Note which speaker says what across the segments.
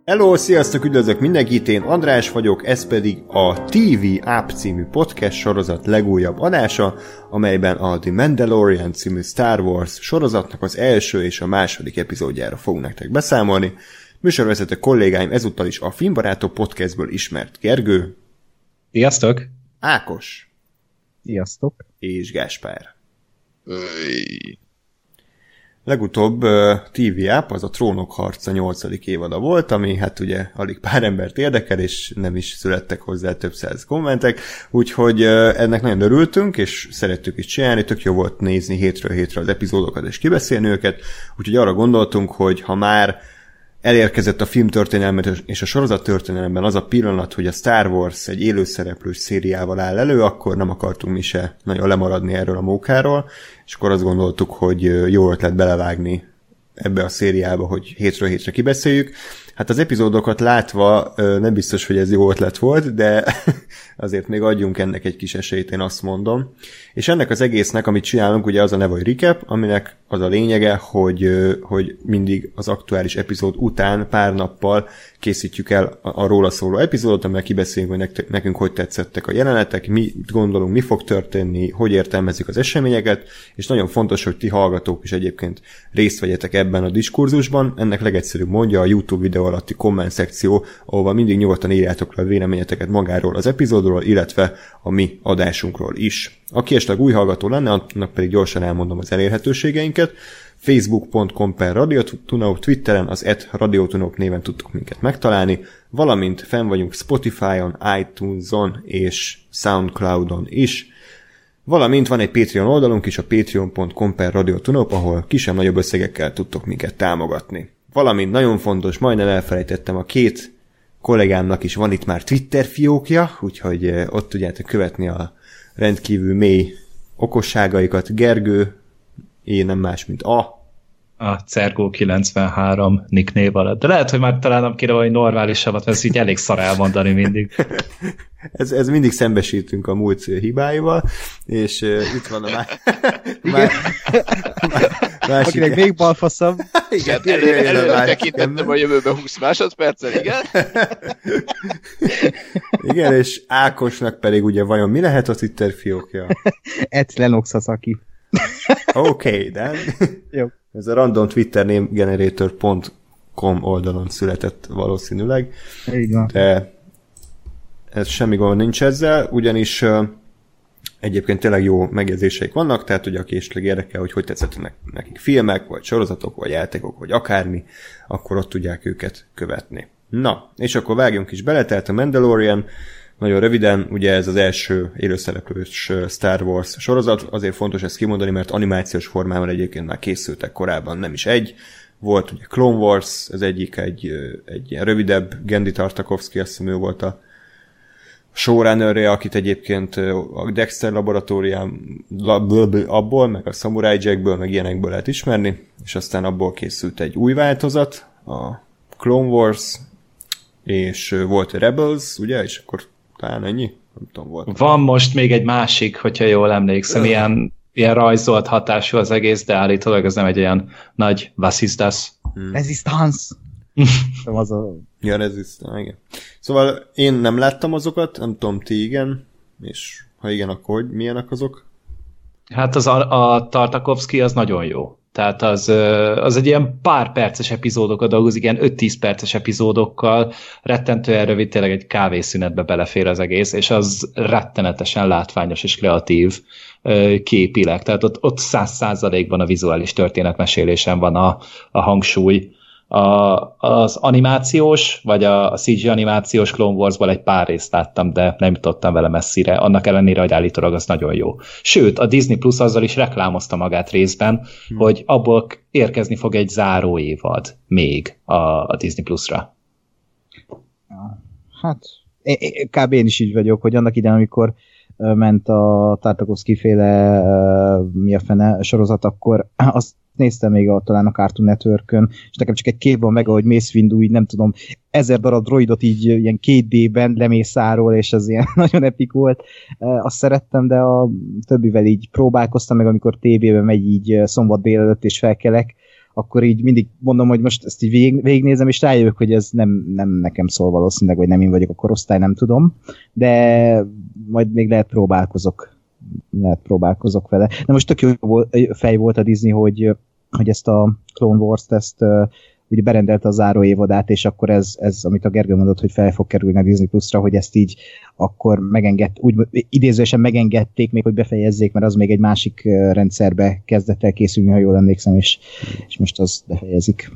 Speaker 1: Hello, sziasztok, üdvözlök mindenkit, én András vagyok, ez pedig a TV App című podcast sorozat legújabb adása, amelyben a The Mandalorian című Star Wars sorozatnak az első és a második epizódjára fogunk nektek beszámolni. Műsorvezető kollégáim ezúttal is a Filmbarátok podcastből ismert Gergő.
Speaker 2: Sziasztok!
Speaker 1: Ákos.
Speaker 3: Sziasztok!
Speaker 1: És Gáspár. Legutóbb TV App, az a Trónok harca 8. évada volt, ami hát ugye alig pár embert érdekel, és nem is születtek hozzá több száz kommentek, úgyhogy ennek nagyon örültünk, és szerettük is csinálni, tök jó volt nézni hétről hétre az epizódokat, és kibeszélni őket, úgyhogy arra gondoltunk, hogy ha már elérkezett a filmtörténelmet és a sorozattörténelemben az a pillanat, hogy a Star Wars egy élőszereplős szériával áll elő, akkor nem akartunk mi se nagyon lemaradni erről a mókáról, és akkor azt gondoltuk, hogy jó ötlet belevágni ebbe a szériába, hogy hétről hétre kibeszéljük. Hát az epizódokat látva nem biztos, hogy ez jó ötlet volt, de azért még adjunk ennek egy kis esélyt, én azt mondom. És ennek az egésznek, amit csinálunk, ugye az a neve, hogy recap, aminek az a lényege, hogy mindig az aktuális epizód után pár nappal készítjük el a róla szóló epizódot, amivel kibeszéljünk, hogy nekünk hogy tetszettek a jelenetek, mi gondolunk, mi fog történni, hogy értelmezzük az eseményeket, és nagyon fontos, hogy ti hallgatók is egyébként részt vegyetek ebben a diskurzusban. Ennek legegyszerűbb módja a YouTube videó alatti komment szekció, ahova mindig nyugodtan írjátok le a véleményeteket magáról az epizódról, illetve a mi adásunkról is. Aki esetleg új hallgató lenne, annak pedig gyorsan elmondom az elérhetőségeinket. Facebook.com/radiotunop, Twitteren az @radiotunop néven tudtok minket megtalálni, valamint fenn vagyunk Spotify-on, iTunes-on és Soundcloud-on is. Valamint van egy Patreon oldalunk is, a patreon.com/radiotunop, ahol kisebb-nagyobb összegekkel tudtok minket támogatni. Valamint nagyon fontos, majdnem elfelejtettem, a két kollégámnak is van itt már Twitter fiókja, úgyhogy ott tudjátok követni a rendkívül mély okosságaikat. Gergő, én nem más, mint a
Speaker 2: Cergo93 nicknév alatt. De lehet, hogy már találnom kéne valami normálisabbat, mert ez így elég szar elmondani mindig.
Speaker 1: ez mindig szembesítünk a múlt hibáival, és itt van a másik...
Speaker 3: Akinek még balfaszabb.
Speaker 4: Igen, előre tekintettem a jövőben 20 másodperccel, igen.
Speaker 1: Igen, és Ákosnak pedig ugye vajon mi lehet a Twitter fiókja?
Speaker 3: @lenoxasaki.
Speaker 1: Oké, de
Speaker 3: Jó.
Speaker 1: Ez a random Twitter name generator.com oldalon született valószínűleg.
Speaker 3: Így van.
Speaker 1: De ez semmi gond nincs ezzel, ugyanis egyébként tényleg jó megjegyzéseik vannak, tehát ugye aki esetleg érdekel, hogy tetszettek nekik filmek, vagy sorozatok, vagy játékok, vagy akármi, akkor ott tudják őket követni. Na, és akkor vágjunk is bele, tehát a Mandalorian, nagyon röviden, ugye ez az első élőszereplős Star Wars sorozat, azért fontos ezt kimondani, mert animációs formában egyébként már készültek korábban, nem is egy. Volt ugye Clone Wars, az egyik egy ilyen rövidebb, Genndy Tartakovsky, azt hiszem ő volt a showrunner-re, akit egyébként a Dexter laboratórium abból, meg a Samurai Jackből, meg ilyenekből lehet ismerni, és aztán abból készült egy új változat, a Clone Wars, és volt a Rebels, ugye, és akkor talán ennyi? Nem tudom, volt.
Speaker 2: Van most még egy másik, hogyha jól emlékszem, ilyen rajzolt hatású az egész, de állítólag ez nem egy olyan nagy was ist das?
Speaker 3: Resistance! Az a...
Speaker 1: Ja, Resistance, igen. Szóval én nem láttam azokat, nem tudom, ti igen, és ha igen, akkor hogy milyenek azok?
Speaker 2: Hát a Tartakovsky az nagyon jó. Tehát az egy ilyen pár perces epizódokat dolgozik, ilyen 5-10 perces epizódokkal, rettentően rövid, tényleg egy kávészünetbe belefér az egész, és az rettenetesen látványos és kreatív képileg. Tehát ott 100%-ban a vizuális történetmesélésen van a hangsúly. Az animációs, vagy a CG animációs Clone Warsból egy pár részt láttam, de nem jutottam vele messzire, annak ellenére, hogy állítólag az nagyon jó. Sőt, a Disney Plus azzal is reklámozta magát részben, hogy abból érkezni fog egy záró évad még a Disney Plus-ra.
Speaker 3: Hát, kb. Én is így vagyok, hogy annak idején, amikor ment a Tartakovsky féle mi a fene sorozat, akkor azt néztem még talán a Cartoon Networkön, és nekem csak egy kép van meg, ahogy Mace Windu így nem tudom, 1000 darab droidot így ilyen 2D-ben lemészárol, és ez ilyen nagyon epik volt. Azt szerettem, de a többivel így próbálkoztam meg, amikor tévében megy így szombat délelőtt és felkelek, akkor így mindig mondom, hogy most ezt így végignézem, és rájövök, hogy ez nem nekem szól valószínűleg, vagy nem én vagyok a korosztály, nem tudom, de majd még lehet próbálkozok vele. De most tök jó fej volt a Disney, hogy ezt a Clone Wars-t, ezt ugye berendelte a záró évadát, és akkor ez, amit a Gergő mondott, hogy fel fog kerülni a Disney Plus-ra, hogy ezt így akkor úgy idézősen megengedték még, hogy befejezzék, mert az még egy másik rendszerbe kezdett el készülni, ha jól emlékszem, és most az befejezik.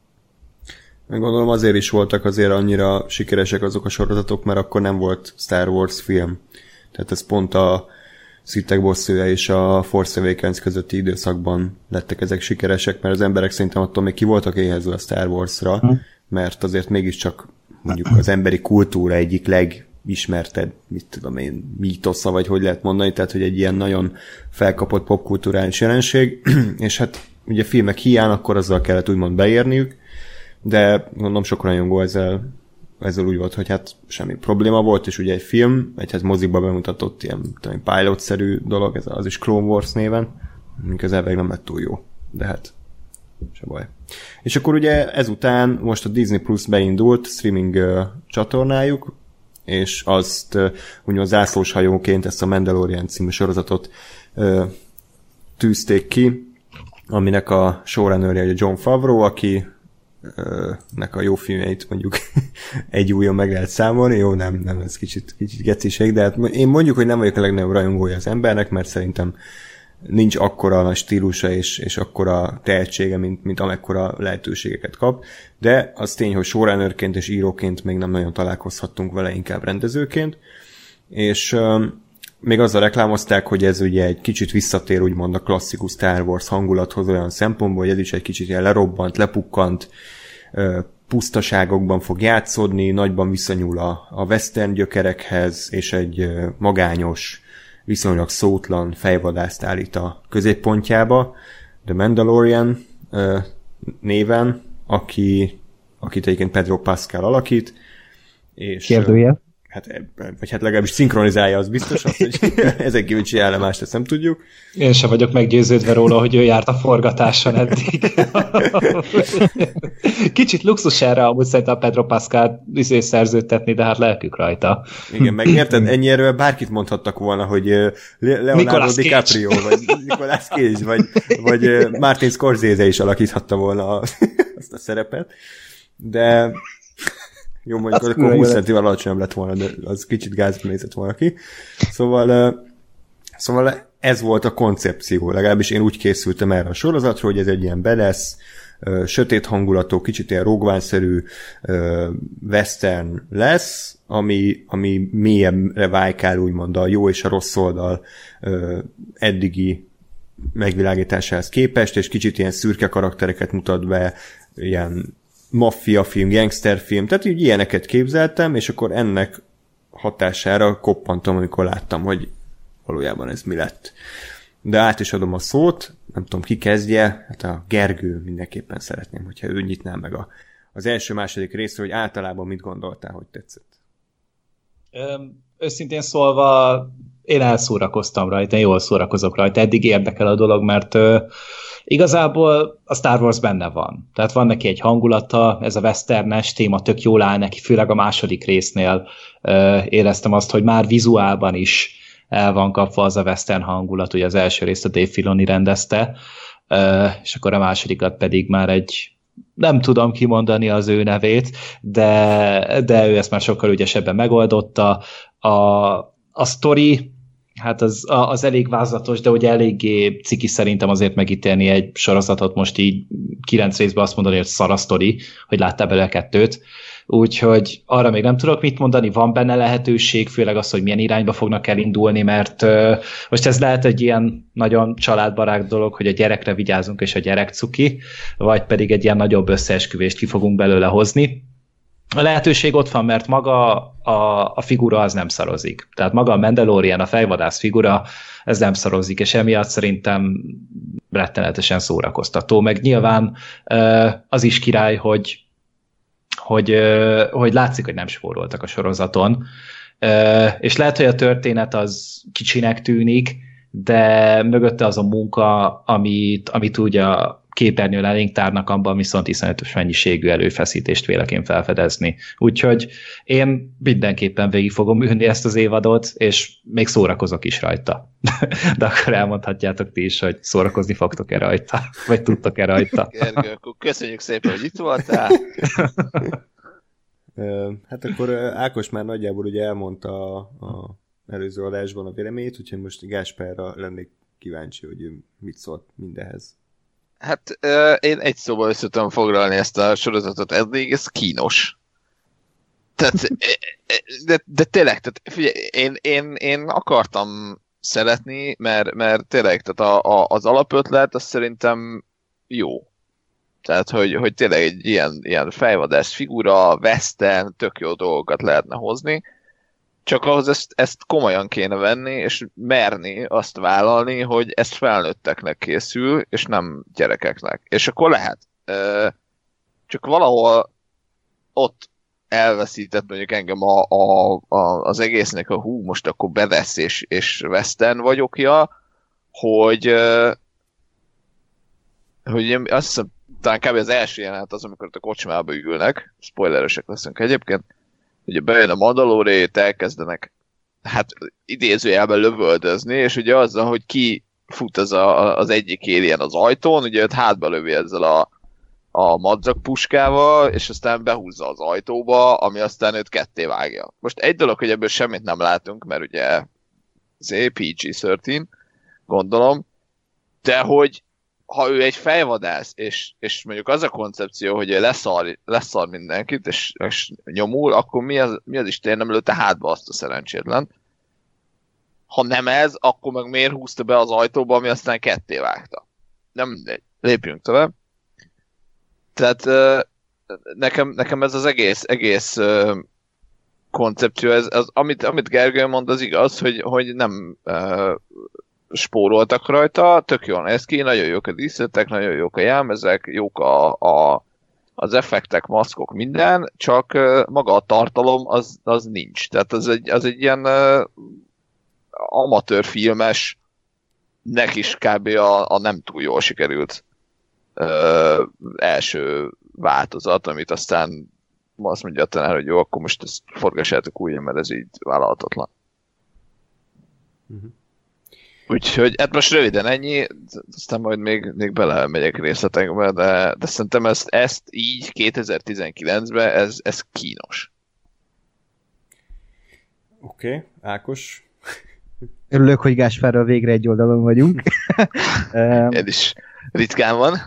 Speaker 1: Gondolom azért is voltak azért annyira sikeresek azok a sorozatok, mert akkor nem volt Star Wars film. Tehát ez pont a Sith bosszúja és a Force Awakens közötti időszakban lettek ezek sikeresek, mert az emberek szerintem attól még ki voltak éhezve a Star Wars-ra, mert azért mégiscsak mondjuk az emberi kultúra egyik legismertebb, mit tudom én, mítosza, vagy hogy lehet mondani, tehát hogy egy ilyen nagyon felkapott popkulturális jelenség, és hát ugye filmek hiány, akkor azzal kellett úgymond beérniük, de gondolom sok rajongó ezzel úgy volt, hogy hát semmi probléma volt, és ugye egy film, hát mozikba bemutatott ilyen pilot-szerű dolog, az is Clone Wars néven, közelben nem lett túl jó, de hát se baj. És akkor ugye ezután most a Disney Plus beindult streaming csatornájuk, és azt úgymond zászlóshajóként ezt a Mandalorian című sorozatot tűzték ki, aminek a showrunnerje Jon Favreau, aki nek a jó filmjeit mondjuk egy újon meg lehet számolni, jó, nem ez kicsit geciség, de hát én mondjuk, hogy nem vagyok a legnagyobb rajongója az embernek, mert szerintem nincs akkora nagy stílusa és akkora tehetsége, mint amekkora lehetőségeket kap, de az tény, hogy showrunnerként és íróként még nem nagyon találkozhattunk vele, inkább rendezőként, és még azzal reklámozták, hogy ez ugye egy kicsit visszatér úgymond a klasszikus Star Wars hangulathoz olyan szempontból, hogy ez is egy kicsit ilyen lerobbant, lepukkant, pusztaságokban fog játszódni, nagyban viszonyul a western gyökerekhez, és egy magányos, viszonylag szótlan fejvadászt állít a középpontjába. The Mandalorian néven, akit egyébként Pedro Pascal alakít. És
Speaker 3: kérdője?
Speaker 1: Hát legalábbis szinkronizálja, az biztos, azt, hogy ezen kívül csinálja, mást ezt nem tudjuk.
Speaker 2: Én sem vagyok meggyőződve róla, hogy ő járt a forgatáson eddig. Kicsit luxus erre amúgy szerintem a Pedro Pascal szerződtetni, de lelkük rajta.
Speaker 1: Igen, megérted? Ennyi erről bárkit mondhattak volna, hogy Leonardo DiCaprio, vagy Nicolas Cage, vagy Martin Scorsese is alakíthatta volna azt a szerepet, de jó, mondjuk az akkor 20 centivel alacsonyabb lett volna, de az kicsit gázba nézett volna ki. Szóval ez volt a koncepció, legalábbis én úgy készültem erre a sorozatra, hogy ez egy ilyen badass, sötét hangulatú, kicsit ilyen Rogue-szerű western lesz, ami mélyebbre vájkál úgymond a jó és a rossz oldal eddigi megvilágításához képest, és kicsit ilyen szürke karaktereket mutat be, ilyen maffia film, gangster film, tehát így ilyeneket képzeltem, és akkor ennek hatására koppantam, amikor láttam, hogy valójában ez mi lett. De át is adom a szót, nem tudom, ki kezdje, hát a Gergő mindenképpen szeretném, hogyha ő nyitná meg az első-második részről, hogy általában mit gondoltál, hogy tetszett.
Speaker 2: Őszintén szólva, én elszórakoztam rajta, én jól szórakozok rajta, eddig érdekel a dolog, mert igazából a Star Wars benne van. Tehát van neki egy hangulata, ez a westernes téma tök jól áll neki, főleg a második résznél éreztem azt, hogy már vizuálban is el van kapva az a western hangulat, ugye az első részt a Dave Filoni rendezte, és akkor a másodikat pedig már egy, nem tudom kimondani az ő nevét, de ő ezt már sokkal ügyesebben megoldotta. A sztori, hát az elég vázlatos, de ugye eléggé ciki szerintem azért megítélni egy sorozatot, most így 9 részben azt mondani, hogy szar a sztori, hogy láttál belőle 2. Úgyhogy arra még nem tudok mit mondani, van benne lehetőség, főleg az, hogy milyen irányba fognak elindulni, mert most ez lehet egy ilyen nagyon családbarát dolog, hogy a gyerekre vigyázunk, és a gyerek cuki, vagy pedig egy ilyen nagyobb összeesküvést ki fogunk belőle hozni. A lehetőség ott van, mert maga a figura az nem szarozik. Tehát maga a Mandalorian, a fejvadász figura, ez nem szarozik, és emiatt szerintem rettenetesen szórakoztató. Meg nyilván az is király, hogy látszik, hogy nem spóroltak a sorozaton. És lehet, hogy a történet az kicsinek tűnik, de mögötte az a munka, amit úgy a képernyőn elénk tárnak, abban viszont iszonyatos mennyiségű előfeszítést vélek én felfedezni. Úgyhogy én mindenképpen végig fogom ülni ezt az évadot, és még szórakozok is rajta. De akkor elmondhatjátok ti is, hogy szórakozni fogtok-e rajta, vagy tudtok-e rajta.
Speaker 4: Gergő, akkor köszönjük szépen, hogy itt voltál.
Speaker 1: Hát akkor Ákos már nagyjából ugye elmondta a előző adásban a véleményét, úgyhogy most Gáspárra lennék kíváncsi, hogy ő mit szólt mindehez.
Speaker 4: Hát én egy szóval össze tudom foglalni ezt a sorozatot eddig, ez kínos. Tehát, de tényleg, tehát figyelj, én akartam szeretni, mert tényleg, tehát az alapötlet az szerintem jó. Tehát, hogy tényleg egy ilyen fejvadász figura, western, tök jó dolgokat lehetne hozni, csak ahhoz ezt komolyan kéne venni, és merni azt vállalni, hogy ez felnőtteknek készül, és nem gyerekeknek. És akkor lehet. Csak valahol ott elveszített mondjuk engem az egésznek, most akkor bevesz és western vagyokja, hogy én azt hiszem, talán kb. Az első jelenet az, amikor a kocsmába ülnek, spoileresek leszünk egyébként, ugye bejön a Mandaloriét, elkezdenek hát idézőjelben lövöldözni, és ugye azzal, hogy ki fut az egyik alien az ajtón, ugye őt hátba lövi ezzel a madzag puskával, és aztán behúzza az ajtóba, ami aztán őt ketté vágja. Most egy dolog, hogy ebből semmit nem látunk, mert ugye PG-13, gondolom, de hogy ha ő egy fejvadász, és mondjuk az a koncepció, hogy ő leszar mindenkit, és nyomul, akkor mi az Isten nem lőtte hátba azt a szerencsétlen. Ha nem ez, akkor meg miért húzta be az ajtóba, ami aztán ketté vágta. Nem mindegy. Lépjünk tovább. Tehát nekem ez az egész koncepció, amit Gergő mond, az igaz, hogy nem spóroltak rajta, tök jól néz ki, nagyon jók a díszletek, nagyon jók a jelmezek, jók az effektek, maszkok, minden, csak maga a tartalom az nincs. Tehát az egy ilyen amatőrfilmes, nek is kb. A nem túl jól sikerült első változat, amit aztán azt mondja a tanár, hogy jó, akkor most ezt forgassátok újra, mert ez így vállalhatatlan. Uh-huh. Úgyhogy hát most röviden ennyi, aztán majd még belemegyek részletekbe, de szerintem ezt így 2019-ben ez kínos.
Speaker 1: Oké, Ákos?
Speaker 3: Örülök, hogy Gáspárral végre egy oldalon vagyunk.
Speaker 4: Ez is ritkán van.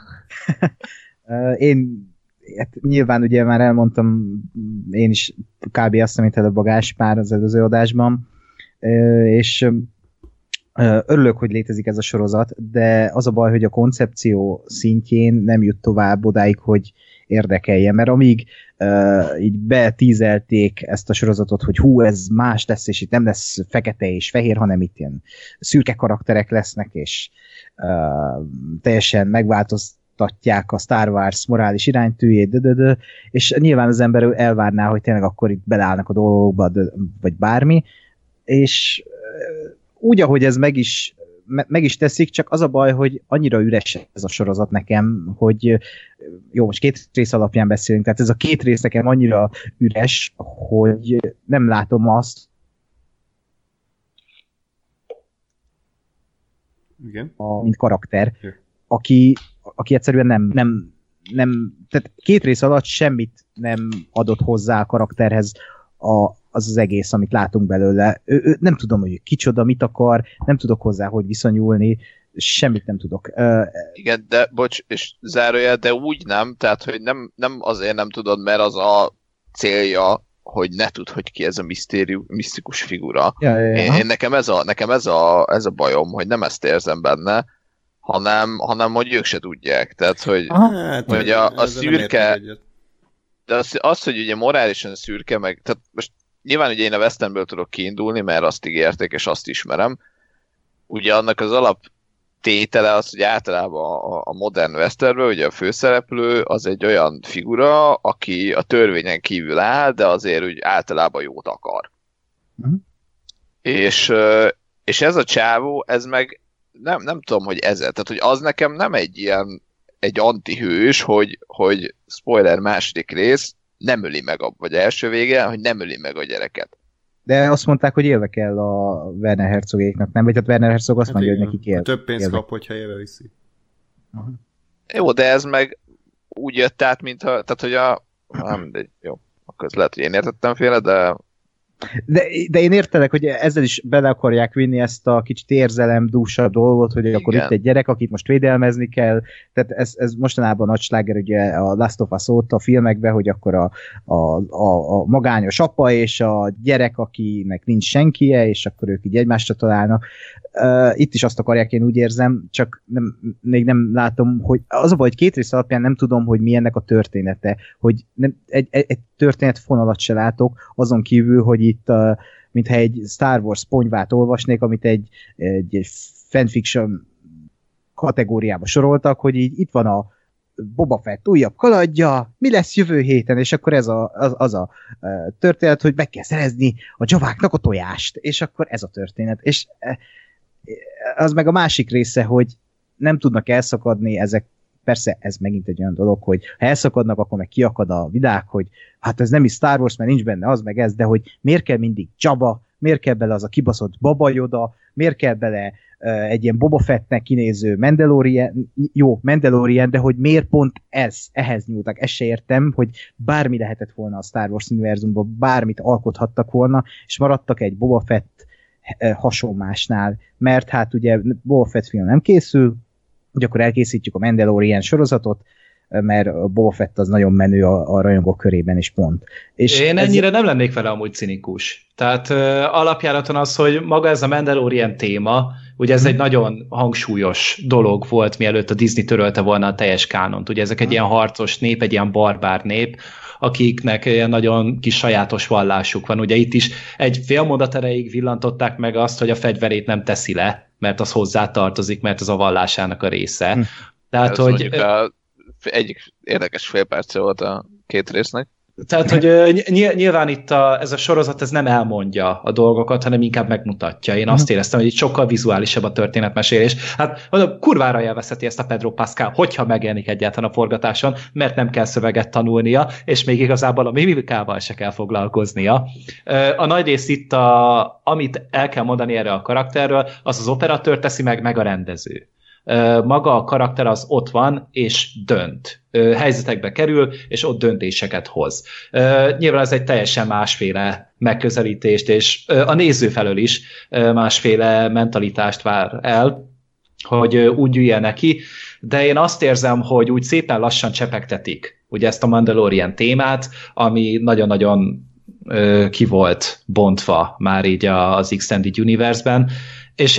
Speaker 3: Én hát nyilván ugye már elmondtam én is kb. Azt, amit előbb a Gáspár az előző adásban, és örülök, hogy létezik ez a sorozat, de az a baj, hogy a koncepció szintjén nem jut tovább odáig, hogy érdekelje, mert amíg így betízelték ezt a sorozatot, hogy hú, ez más lesz, és itt nem lesz fekete és fehér, hanem itt ilyen szürke karakterek lesznek, és teljesen megváltoztatják a Star Wars morális iránytűjét, és nyilván az ember elvárná, hogy tényleg akkor itt beleállnak a dolgokba, vagy bármi, és úgy, ahogy ez meg is teszik, csak az a baj, hogy annyira üres ez a sorozat nekem, hogy jó, most 2 rész alapján beszélünk, tehát ez a 2 rész nekem annyira üres, hogy nem látom azt,
Speaker 1: igen.
Speaker 3: Mint karakter, aki egyszerűen nem, tehát 2 rész alatt semmit nem adott hozzá a karakterhez az egész, amit látunk belőle. Nem tudom, hogy kicsoda, mit akar, nem tudok hozzá, hogy viszonyulni, semmit nem tudok.
Speaker 4: Igen, de bocs, és zárójel, de úgy nem, tehát, hogy nem azért nem tudod, mert az a célja, hogy ne tudd, hogy ki ez a misztikus figura. Én nekem ez a bajom, hogy nem ezt érzem benne, hanem hogy ők se tudják. Tehát, hogy a szürke... De az, hogy ugye morálisan szürke, meg... Tehát most nyilván ugye én a Westernből tudok kiindulni, mert azt ígérték, és azt ismerem. Ugye annak az alaptétele az, hogy általában a modern Westernből ugye a főszereplő az egy olyan figura, aki a törvényen kívül áll, de azért úgy általában jót akar. Mm. És ez a csávó, ez meg nem tudom, hogy ezzel. Tehát, hogy az nekem nem egy ilyen egy antihős, hogy spoiler második rész, nem öli meg, vagy első vége, hogy nem öli meg a gyereket.
Speaker 3: De azt mondták, hogy élve kell a Werner Herzogéknak, nem? Vagy hát Werner Herzog azt mondja, hogy nekik él.
Speaker 1: Több pénzt kap, hogyha élve viszi.
Speaker 4: Jó, de ez meg úgy jött át, mintha, tehát hogy nem mindegy, jó. Akkor ez lehet, hogy én értettem félre, de
Speaker 3: De én értelek, hogy ezzel is bele akarják vinni ezt a kicsit érzelemdúsabb dolgot, hogy akkor itt egy gyerek, akit most védelmezni kell, tehát ez mostanában nagy sláger ugye a Last of Us óta a filmekben, hogy akkor a magányos apa és a gyerek, akinek nincs senkie, és akkor ők így egymásra találnak. Itt is azt akarják, én úgy érzem, csak még nem látom, hogy az a baj, hogy két rész alapján nem tudom, hogy mi ennek a története, hogy nem, egy történetfonalat se látok, azon kívül, hogy itt, mintha egy Star Wars ponyvát olvasnék, amit egy fanfiction kategóriába soroltak, hogy így itt van a Boba Fett újabb kalandja, mi lesz jövő héten, és akkor ez az a történet, hogy meg kell szerezni a Javáknak a tojást, és akkor ez a történet. És az meg a másik része, hogy nem tudnak elszakadni ezek. Persze ez megint egy olyan dolog, hogy ha elszakadnak, akkor meg kiakad a világ, hogy hát ez nem is Star Wars, mert nincs benne az meg ez, de hogy miért kell mindig Jabba, miért kell bele az a kibaszott Baba Yoda, miért kell bele egy ilyen Boba Fettnek kinéző Mandalorian, de hogy miért pont ehhez nyúltak, ezt se értem, hogy bármi lehetett volna a Star Wars univerzumban, bármit alkothattak volna, és maradtak egy Boba Fett hasonlásnál, mert hát ugye Boba Fett film nem készül, hogy akkor elkészítjük a Mandalorian sorozatot, mert a Boba Fett az nagyon menő a rajongók körében is pont. És
Speaker 2: én ennyire nem lennék vele amúgy cinikus. Tehát alapjáraton az, hogy maga ez a Mandalorian téma, ugye ez egy nagyon hangsúlyos dolog volt, mielőtt a Disney törölte volna a teljes kánont. Ugye ezek egy ilyen harcos nép, egy ilyen barbár nép, akiknek ilyen nagyon kis sajátos vallásuk van. Ugye itt is egy fél mondat erejéig villantották meg azt, hogy a fegyverét nem teszi le, mert az hozzá tartozik, mert az a vallásának a része. Tehát,
Speaker 4: ez
Speaker 2: hogy
Speaker 4: egyik érdekes fél perce volt a két résznek.
Speaker 2: Tehát, hogy nyilván itt ez a sorozat ez nem elmondja a dolgokat, hanem inkább megmutatja. Én azt éreztem, hogy itt sokkal vizuálisabb a történetmesélés. Hát mondom, kurvára élvezheti ezt a Pedro Pascal, hogyha megjelenik egyáltalán a forgatáson, mert nem kell szöveget tanulnia, és még igazából a mimikával se kell foglalkoznia. A nagy rész itt, amit el kell mondani erre a karakterről, az operatőr teszi meg a rendező. Maga a karakter az ott van, és dönt. Helyzetekbe kerül, és ott döntéseket hoz. Nyilván ez egy teljesen másféle megközelítést, és a néző felől is másféle mentalitást vár el, hogy úgy ülje neki, de én azt érzem, hogy úgy szépen lassan csepegtetik ugye ezt a Mandalorian témát, ami nagyon-nagyon ki volt bontva már így az Extended Universe-ben, és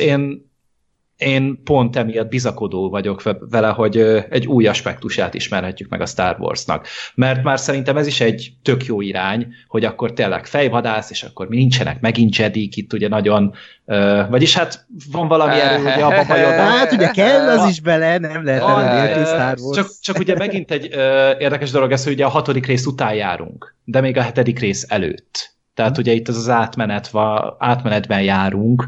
Speaker 2: én pont emiatt bizakodó vagyok vele, hogy egy új aspektusát ismerhetjük meg a Star Warsnak. Mert már szerintem ez is egy tök jó irány, hogy akkor tényleg fejvadász, és akkor mi nincsenek megint Jedik, itt ugye nagyon, vagyis hát van valami erő, ugye a Baba Yoda.
Speaker 3: Hát ugye kell az is bele, nem lehet elérni Star Wars.
Speaker 2: Csak ugye megint egy érdekes dolog ez, hogy ugye a 6. rész után járunk, de még a 7. rész előtt. Tehát ugye itt az átmenetben járunk,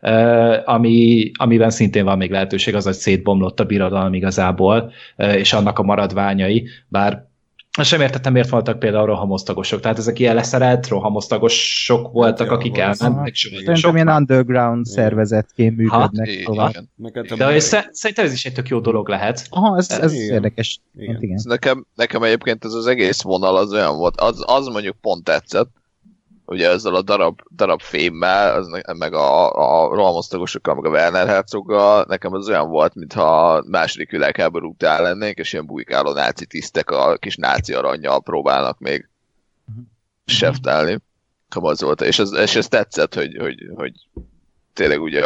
Speaker 2: amiben szintén van még lehetőség, az, hogy szétbomlott a birodalom igazából, és annak a maradványai, bár sem értettem, miért voltak például rohamosztagosok. Tehát ezek ilyen leszerelt rohamosztagosok voltak, akik elmentek.
Speaker 3: Szerintem ilyen underground szervezetként működnek tovább.
Speaker 2: De szerintem ez is egy tök jó dolog lehet.
Speaker 3: Aha, ez érdekes. Igen.
Speaker 4: Nekem egyébként ez az egész vonal az olyan volt, az mondjuk pont tetszett, ugye ezzel a darab fémmel, meg a rohamosztagosokkal, meg a Werner Herzoggal, nekem az olyan volt, mintha a második világháború után lennénk, és ilyen bujkáló náci tisztek a kis náci arannyal próbálnak még seftálni. Az volt. És ez tetszett, hogy tényleg ugye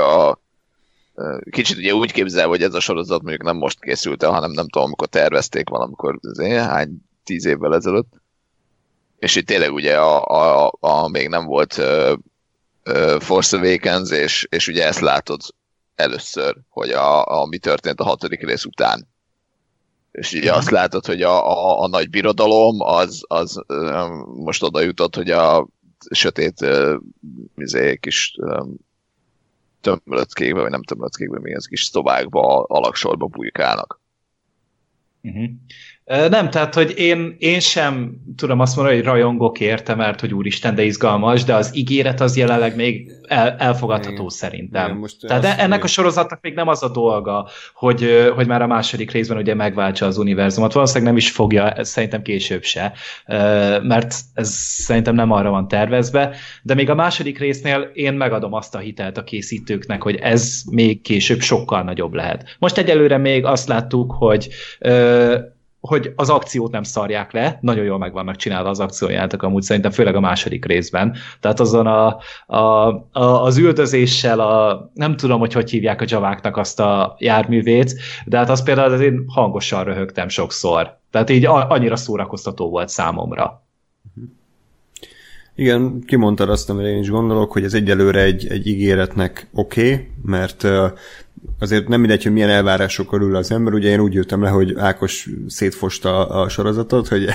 Speaker 4: kicsit ugye úgy képzel, hogy ez a sorozat mondjuk nem most készült el, hanem nem tudom, amikor tervezték valamikor, hány 10 évvel ezelőtt. És itt tényleg ugye még nem volt Force Awakens, és ugye ezt látod először, hogy mi történt a 6. rész után. És ugye azt látod, hogy a nagy birodalom az most oda jutott, hogy a sötét kis tömlöckékbe, vagy nem tömlöckékbe, még az kis szobákba, alaksorba bujkálnak.
Speaker 2: Nem, tehát, hogy én sem tudom azt mondani, hogy rajongok érte, mert hogy úristen, de izgalmas, de az ígéret az jelenleg még elfogadható szerintem. Igen, tehát ennek a sorozatnak még nem az a dolga, hogy már a második részben ugye megváltsa az univerzumot. Valószínűleg nem is fogja, szerintem később se, mert ez szerintem nem arra van tervezve, de még a második résznél én megadom azt a hitelt a készítőknek, hogy ez még később sokkal nagyobb lehet. Most egyelőre még azt láttuk, hogy az akciót nem szarják le, nagyon jól meg vannak csinálva az akciójátok amúgy szerintem, főleg a második részben. Tehát azon az üldözéssel, nem tudom, hogy hívják a javáknak azt a járművét, de hát az például én hangosan röhögtem sokszor. Tehát így annyira szórakoztató volt számomra.
Speaker 1: Igen, kimondtad azt, amire én is gondolok, hogy ez egyelőre egy ígéretnek oké, mert azért nem mindegy, hogy milyen elvárásokkal ül az ember. Ugye én úgy jöttem le, hogy Ákos szétfosta a sorozatot, hogy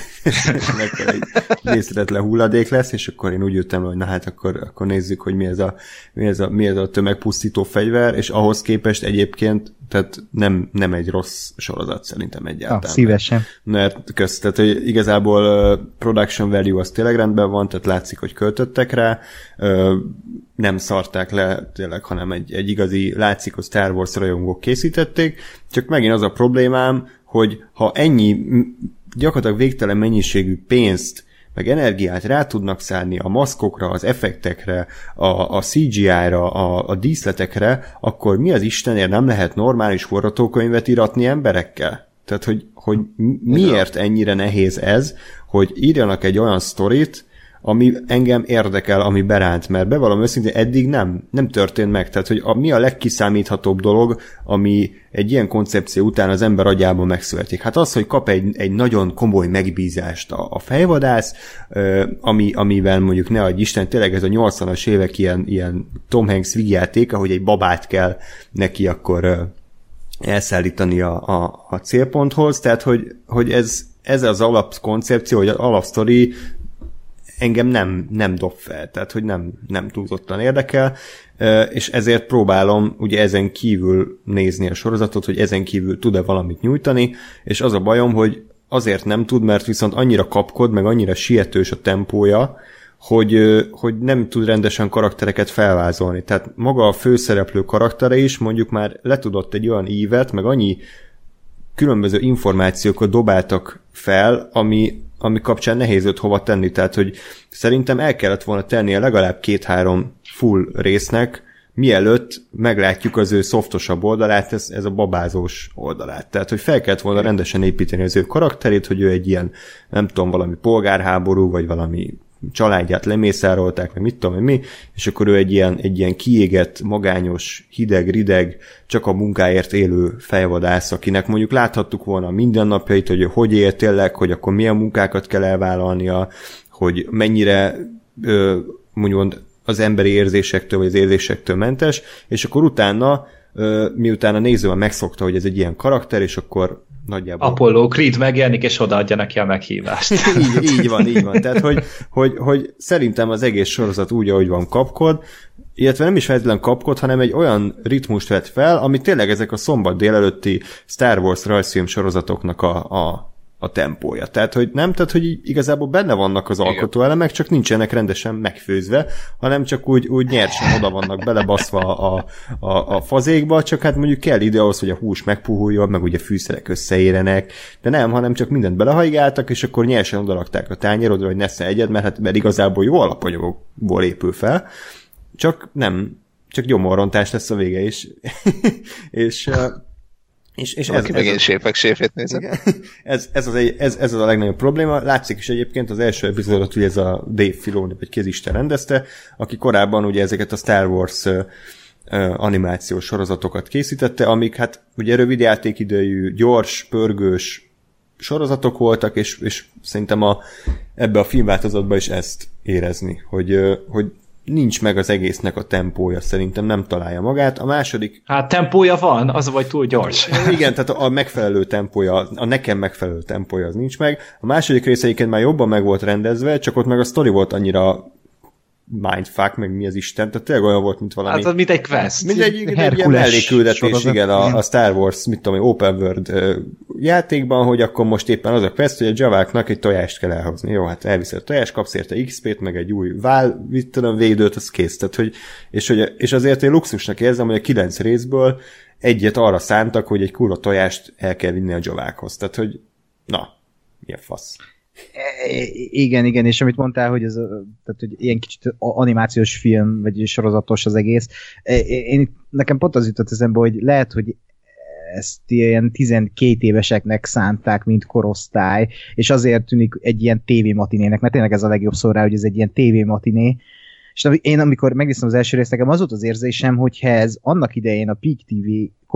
Speaker 1: egy részletetlen hulladék lesz, és akkor én úgy jöttem le, hogy na hát akkor nézzük, hogy mi ez a tömegpusztító fegyver, és ahhoz képest egyébként tehát nem egy rossz sorozat szerintem egyáltalán.
Speaker 3: Szívesen.
Speaker 1: Mert tehát, hogy igazából production value az tényleg rendben van, tehát látszik, hogy költöttek rá, nem szarták le tényleg, hanem egy igazi látszik, hogy Star Wars rajongók készítették, csak megint az a problémám, hogy ha ennyi gyakorlatilag végtelen mennyiségű pénzt meg energiát rá tudnak szállni a maszkokra, az effektekre, a CGI-ra, a díszletekre, akkor mi az Istenért nem lehet normális forgatókönyvet íratni emberekkel? Tehát, hogy miért ennyire nehéz ez, hogy írjanak egy olyan sztorit, ami engem érdekel, ami beránt, mert bevallom őszintén, eddig nem történt meg. Tehát, hogy mi a legkiszámíthatóbb dolog, ami egy ilyen koncepció után az ember agyában megszületik. Hát az, hogy kap egy nagyon komoly megbízást a fejvadász, amivel mondjuk ne adj Isten, tényleg ez a 80-as évek ilyen Tom Hanks vígjáték, ahogy egy babát kell neki akkor elszállítani a célponthoz, tehát, hogy ez az alapkoncepció, hogy az alapsztori engem nem dob fel, tehát hogy nem túlzottan érdekel, és ezért próbálom ugye ezen kívül nézni a sorozatot, hogy ezen kívül tud-e valamit nyújtani, és az a bajom, hogy azért nem tud, mert viszont annyira kapkod, meg annyira sietős a tempója, hogy nem tud rendesen karaktereket felvázolni. Tehát maga a főszereplő karaktere is mondjuk már letudott egy olyan ívet, meg annyi különböző információkat dobáltak fel, ami kapcsán nehéz őt hova tenni, tehát hogy szerintem el kellett volna tennie legalább 2-3 full résznek, mielőtt meglátjuk az ő szoftosabb oldalát, ez a babázós oldalát. Tehát, hogy fel kellett volna rendesen építeni az ő karakterét, hogy ő egy ilyen, nem tudom, valami polgárháború, vagy valami családját lemészárolták, meg mit tudom, mi, és akkor ő egy ilyen kiégett, magányos, hideg, rideg, csak a munkáért élő fejvadász, akinek mondjuk láthattuk volna a mindennapjait, hogy él tényleg, hogy akkor milyen munkákat kell elvállalnia, hogy mennyire mondjuk az emberi érzésektől, vagy az érzésektől mentes, és akkor utána, miután a néző megszokta, hogy ez egy ilyen karakter, és akkor nagyjából...
Speaker 2: Apollo Creed megjelenik, és odaadja neki a meghívást.
Speaker 1: így van. Tehát, hogy szerintem az egész sorozat úgy, ahogy van kapkod, illetve nem is feltétlenül kapkod, hanem egy olyan ritmust vett fel, ami tényleg ezek a szombat délelőtti Star Wars rajzfilm sorozatoknak a tempója. Tehát, hogy igazából benne vannak az alkotóelemek, csak nincsenek rendesen megfőzve, hanem csak úgy nyersen oda vannak belebaszva a fazékba, csak hát mondjuk kell ide ahhoz, hogy a hús megpuhuljon, meg ugye fűszerek összeérenek, de nem, hanem csak mindent belehajgáltak, és akkor nyersen odarakták a tányérodra, hogy nesze egyed, mert igazából jó alapanyagokból épül fel, csak gyomorrontás lesz a vége is. És
Speaker 4: ez megint séfét nézem.
Speaker 1: Ez az a legnagyobb probléma. Látszik is egyébként az első epizódot, ugye ez a Dave Filoni, vagy kézisten rendezte, aki korábban ugye ezeket a Star Wars animációs sorozatokat készítette, amik hát ugye rövid játékidejű, gyors, pörgős sorozatok voltak, és szerintem ebbe a filmváltozatban is ezt érezni, hogy nincs meg az egésznek a tempója, szerintem nem találja magát. A második...
Speaker 2: Hát tempója van, az vagy túl gyors.
Speaker 1: Igen, tehát a megfelelő tempója, a nekem megfelelő tempója az nincs meg. A második rész egyébként már jobban meg volt rendezve, csak ott meg a sztori volt annyira mindfuck, meg mi az Isten, tehát tényleg olyan volt, mint valami...
Speaker 2: Hát mint egy quest.
Speaker 1: Mint egy ilyen melléküldetés, igen, a Star Wars, mit tudom, open world játékban, hogy akkor most éppen az a quest, hogy a javáknak egy tojást kell elhozni. Jó, hát elviszed a tojást, kapsz érte XP-t, meg egy új védőt, az kész. Tehát, és azért én luxusnak érzem, hogy a 9 részből egyet arra szántak, hogy egy kurva tojást el kell vinni a javákhoz. Tehát, hogy na, milyen fasz.
Speaker 3: Igen, és amit mondtál, hogy tehát, hogy ilyen kicsit animációs film, vagy sorozatos az egész, nekem pont az jutott eszembe, hogy lehet, hogy ezt ilyen 12 éveseknek szánták, mint korosztály, és azért tűnik egy ilyen tévématinének, mert tényleg ez a legjobb szó rá, hogy ez egy ilyen tévématiné. És én amikor megnéztem az első részt, nekem az volt az érzésem, hogyha ez annak idején a Peak TV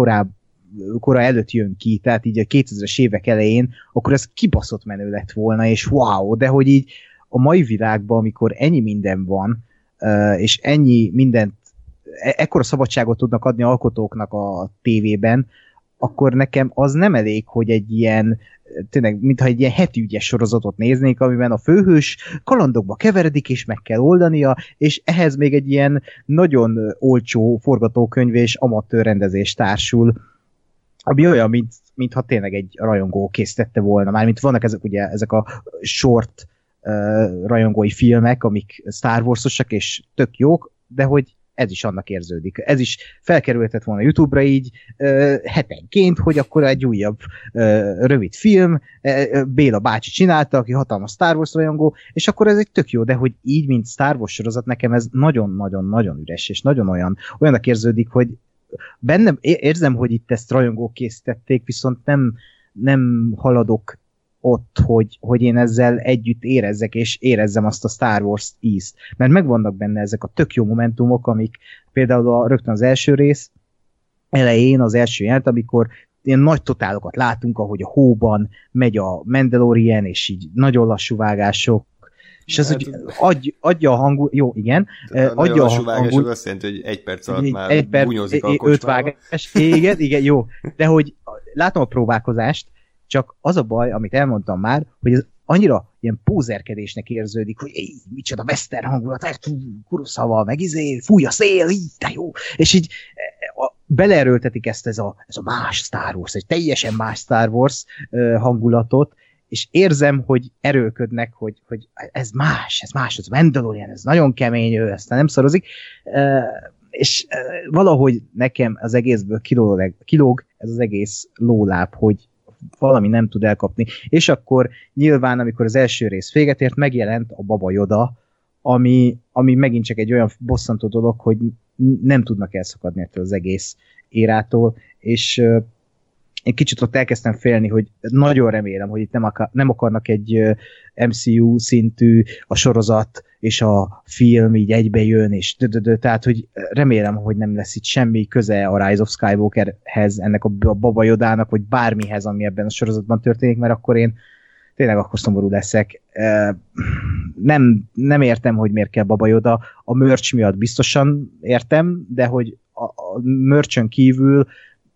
Speaker 3: kora előtt jön ki, tehát így a 2000-es évek elején, akkor ez kibaszott menő lett volna, és wow, de hogy így a mai világban, amikor ennyi minden van, és ennyi mindent, ekkora szabadságot tudnak adni alkotóknak a tévében, akkor nekem az nem elég, hogy egy ilyen, tényleg, mintha egy ilyen hetügyes sorozatot néznék, amiben a főhős kalandokba keveredik, és meg kell oldania, és ehhez még egy ilyen nagyon olcsó forgatókönyv és amatőr rendezés társul, ami olyan, mintha tényleg egy rajongó készítette volna. Mármint vannak ezek a short rajongói filmek, amik Star Wars-osak és tök jók, de hogy ez is annak érződik. Ez is felkerülhetett volna YouTube-ra így hetenként, hogy akkor egy újabb rövid film, Béla bácsi csinálta, aki hatalmas Star Wars rajongó, és akkor ez egy tök jó, de hogy így, mint Star Wars sorozat, nekem ez nagyon-nagyon-nagyon üres, és nagyon olyannak érződik, hogy bennem érzem, hogy itt ezt rajongók készítették, viszont nem haladok ott, hogy én ezzel együtt érezzek, és érezzem azt a Star Wars ízt. Mert megvannak benne ezek a tök jó momentumok, amik például rögtön az első rész elején, az első jelent, amikor ilyen nagy totálokat látunk, ahogy a hóban megy a Mandalorian, és így nagyon lassú vágások, és ez úgy adja a hangul... Jó, igen.
Speaker 1: Adja a vágás, az azt jelenti, hogy 1 perc alatt már bunyózik a kocsmába.
Speaker 3: 5 vágás, igen, jó. De hogy látom a próbálkozást, csak az a baj, amit elmondtam már, hogy ez annyira ilyen pózerkedésnek érződik, hogy micsoda western hangulat, kuruszava, meg fúj a szél, de jó. És így beleerőltetik ezt ez a más Star Wars, egy teljesen más Star Wars hangulatot, és érzem, hogy erőlködnek, hogy ez más, az Mandalorian, ez nagyon kemény, ő aztán nem szarozik, és valahogy nekem az egészből kilóg ez az egész lóláb, hogy valami nem tud elkapni. És akkor nyilván, amikor az első rész véget ért, megjelent a Baba Yoda, ami megint csak egy olyan bosszantó dolog, hogy nem tudnak elszakadni ettől az egész érától, és én kicsit ott elkezdtem félni, hogy nagyon remélem, hogy itt nem akarnak egy MCU szintű a sorozat és a film így egybejön, és tehát, hogy remélem, hogy nem lesz itt semmi köze a Rise of Skywalkerhez, ennek a Baba Yodának, vagy bármihez, ami ebben a sorozatban történik, mert akkor én tényleg akkor szomorú leszek. Nem értem, hogy miért kell Baba Yoda. A merch miatt biztosan értem, de hogy a merchön kívül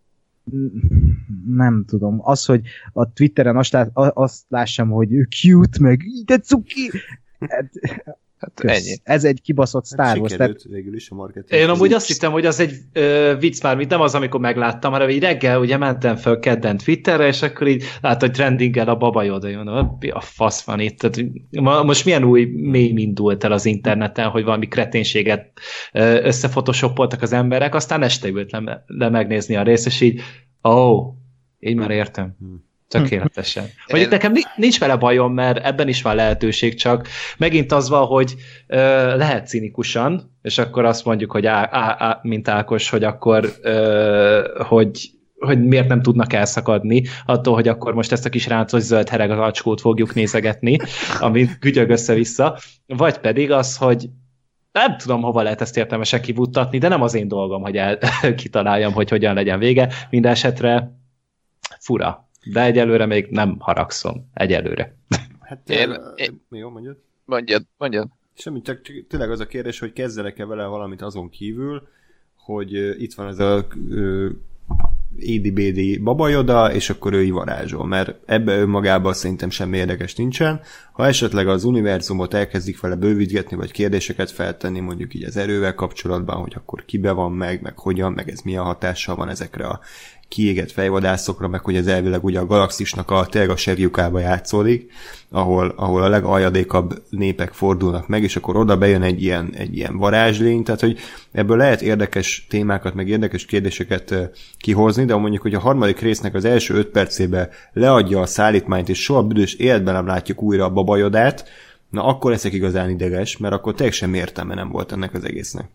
Speaker 3: nem tudom. Az, hogy a Twitteren azt lássam, hogy ő cute, meg de cuki. Hát ennyi. Ez egy kibaszott Star Wars.
Speaker 1: Végül is a marketing.
Speaker 2: Én amúgy azt hittem, hogy az egy vicc már, mint nem az, amikor megláttam, hanem így reggel ugye mentem fel kedden Twitterre, és akkor így láttam, hogy trendinggel a Baba Yoda, mondom, mi a fasz van itt? Tehát, most milyen új meme indult el az interneten, hogy valami kreténséget összefotoshopoltak az emberek, aztán este ült le megnézni a részt, és így, így már értem. Tökéletesen. Hogy itt nekem nincs vele bajom, mert ebben is van lehetőség, csak megint az van, hogy lehet cinikusan, és akkor azt mondjuk, hogy mint Ákos, hogy akkor hogy miért nem tudnak elszakadni attól, hogy akkor most ezt a kis ráncos zöld hereg az acskót fogjuk nézegetni, amit gügyög össze-vissza, vagy pedig az, hogy nem tudom, hova lehet ezt értelmesen kivuttatni, de nem az én dolgom, hogy kitaláljam, hogy hogyan legyen vége. Minden esetre fura. De egyelőre még nem haragszom. Egyelőre.
Speaker 1: Hát jó,
Speaker 4: mondjad.
Speaker 1: Semmi, csak tényleg az a kérdés, hogy kezdenek-e vele valamit azon kívül, hogy itt van ez a édi-bédi Baba Yoda, és akkor ő varázsol, mert ebbe önmagában szerintem semmi érdekes nincsen. Ha esetleg az univerzumot elkezdik vele bővítgetni, vagy kérdéseket feltenni, mondjuk így az erővel kapcsolatban, hogy akkor kibe van meg hogyan, meg ez milyen hatással van ezekre a kiégett fejvadászokra, meg hogy ez elvileg ugye a galaxisnak tényleg a serjukába játszódik, ahol a legaljadékabb népek fordulnak meg, és akkor oda bejön egy ilyen varázslény, tehát hogy ebből lehet érdekes témákat, meg érdekes kérdéseket kihozni, de mondjuk, hogy a harmadik résznek az első 5 percébe leadja a szállítmányt, és soha büdös életben nem látjuk újra a babajodát, na akkor leszek igazán ideges, mert akkor tényleg sem értelme nem volt ennek az egésznek.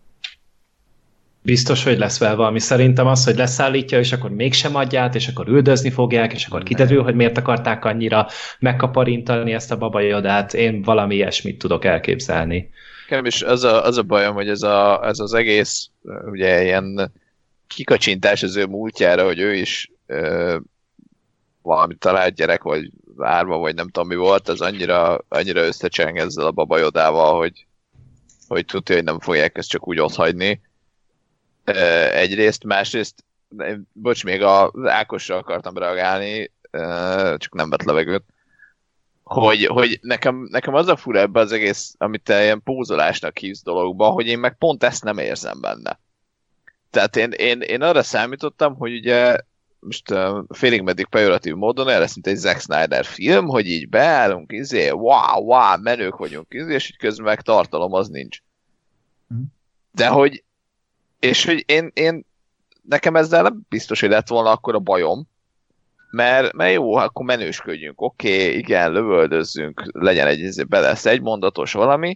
Speaker 2: Biztos, hogy lesz vele valami. Szerintem az, hogy leszállítja, és akkor mégsem adját, és akkor üldözni fogják, és akkor kiderül, hogy miért akarták annyira megkaparintani ezt a babajodát. Én valami ilyesmit tudok elképzelni.
Speaker 4: Nekem is az a bajom, hogy ez az egész ugye ilyen kikacsintás az ő múltjára, hogy ő is valami talált gyerek, vagy árva, vagy nem tudom mi volt, az annyira összecseng ezzel a babajodával, hogy tudja, hogy nem fogják ezt csak úgy otthagyni. Egyrészt, másrészt, bocs, még az Ákosra akartam reagálni, csak nem vett levegőt, hogy nekem az a fura ebbe az egész, amit te ilyen pózolásnak hívsz dologba, hogy én meg pont ezt nem érzem benne. Tehát én arra számítottam, hogy ugye most félig meddig pejoratív módon el lesz, mint egy Zack Snyder film, hogy így beállunk, wow, menők vagyunk, és így közben meg tartalom az nincs. De hogy és hogy én nekem ezzel nem biztos, hogy lett volna akkor a bajom, mert jó, akkor menősködjünk, oké, igen, lövöldözzünk, legyen lesz egy mondatos valami,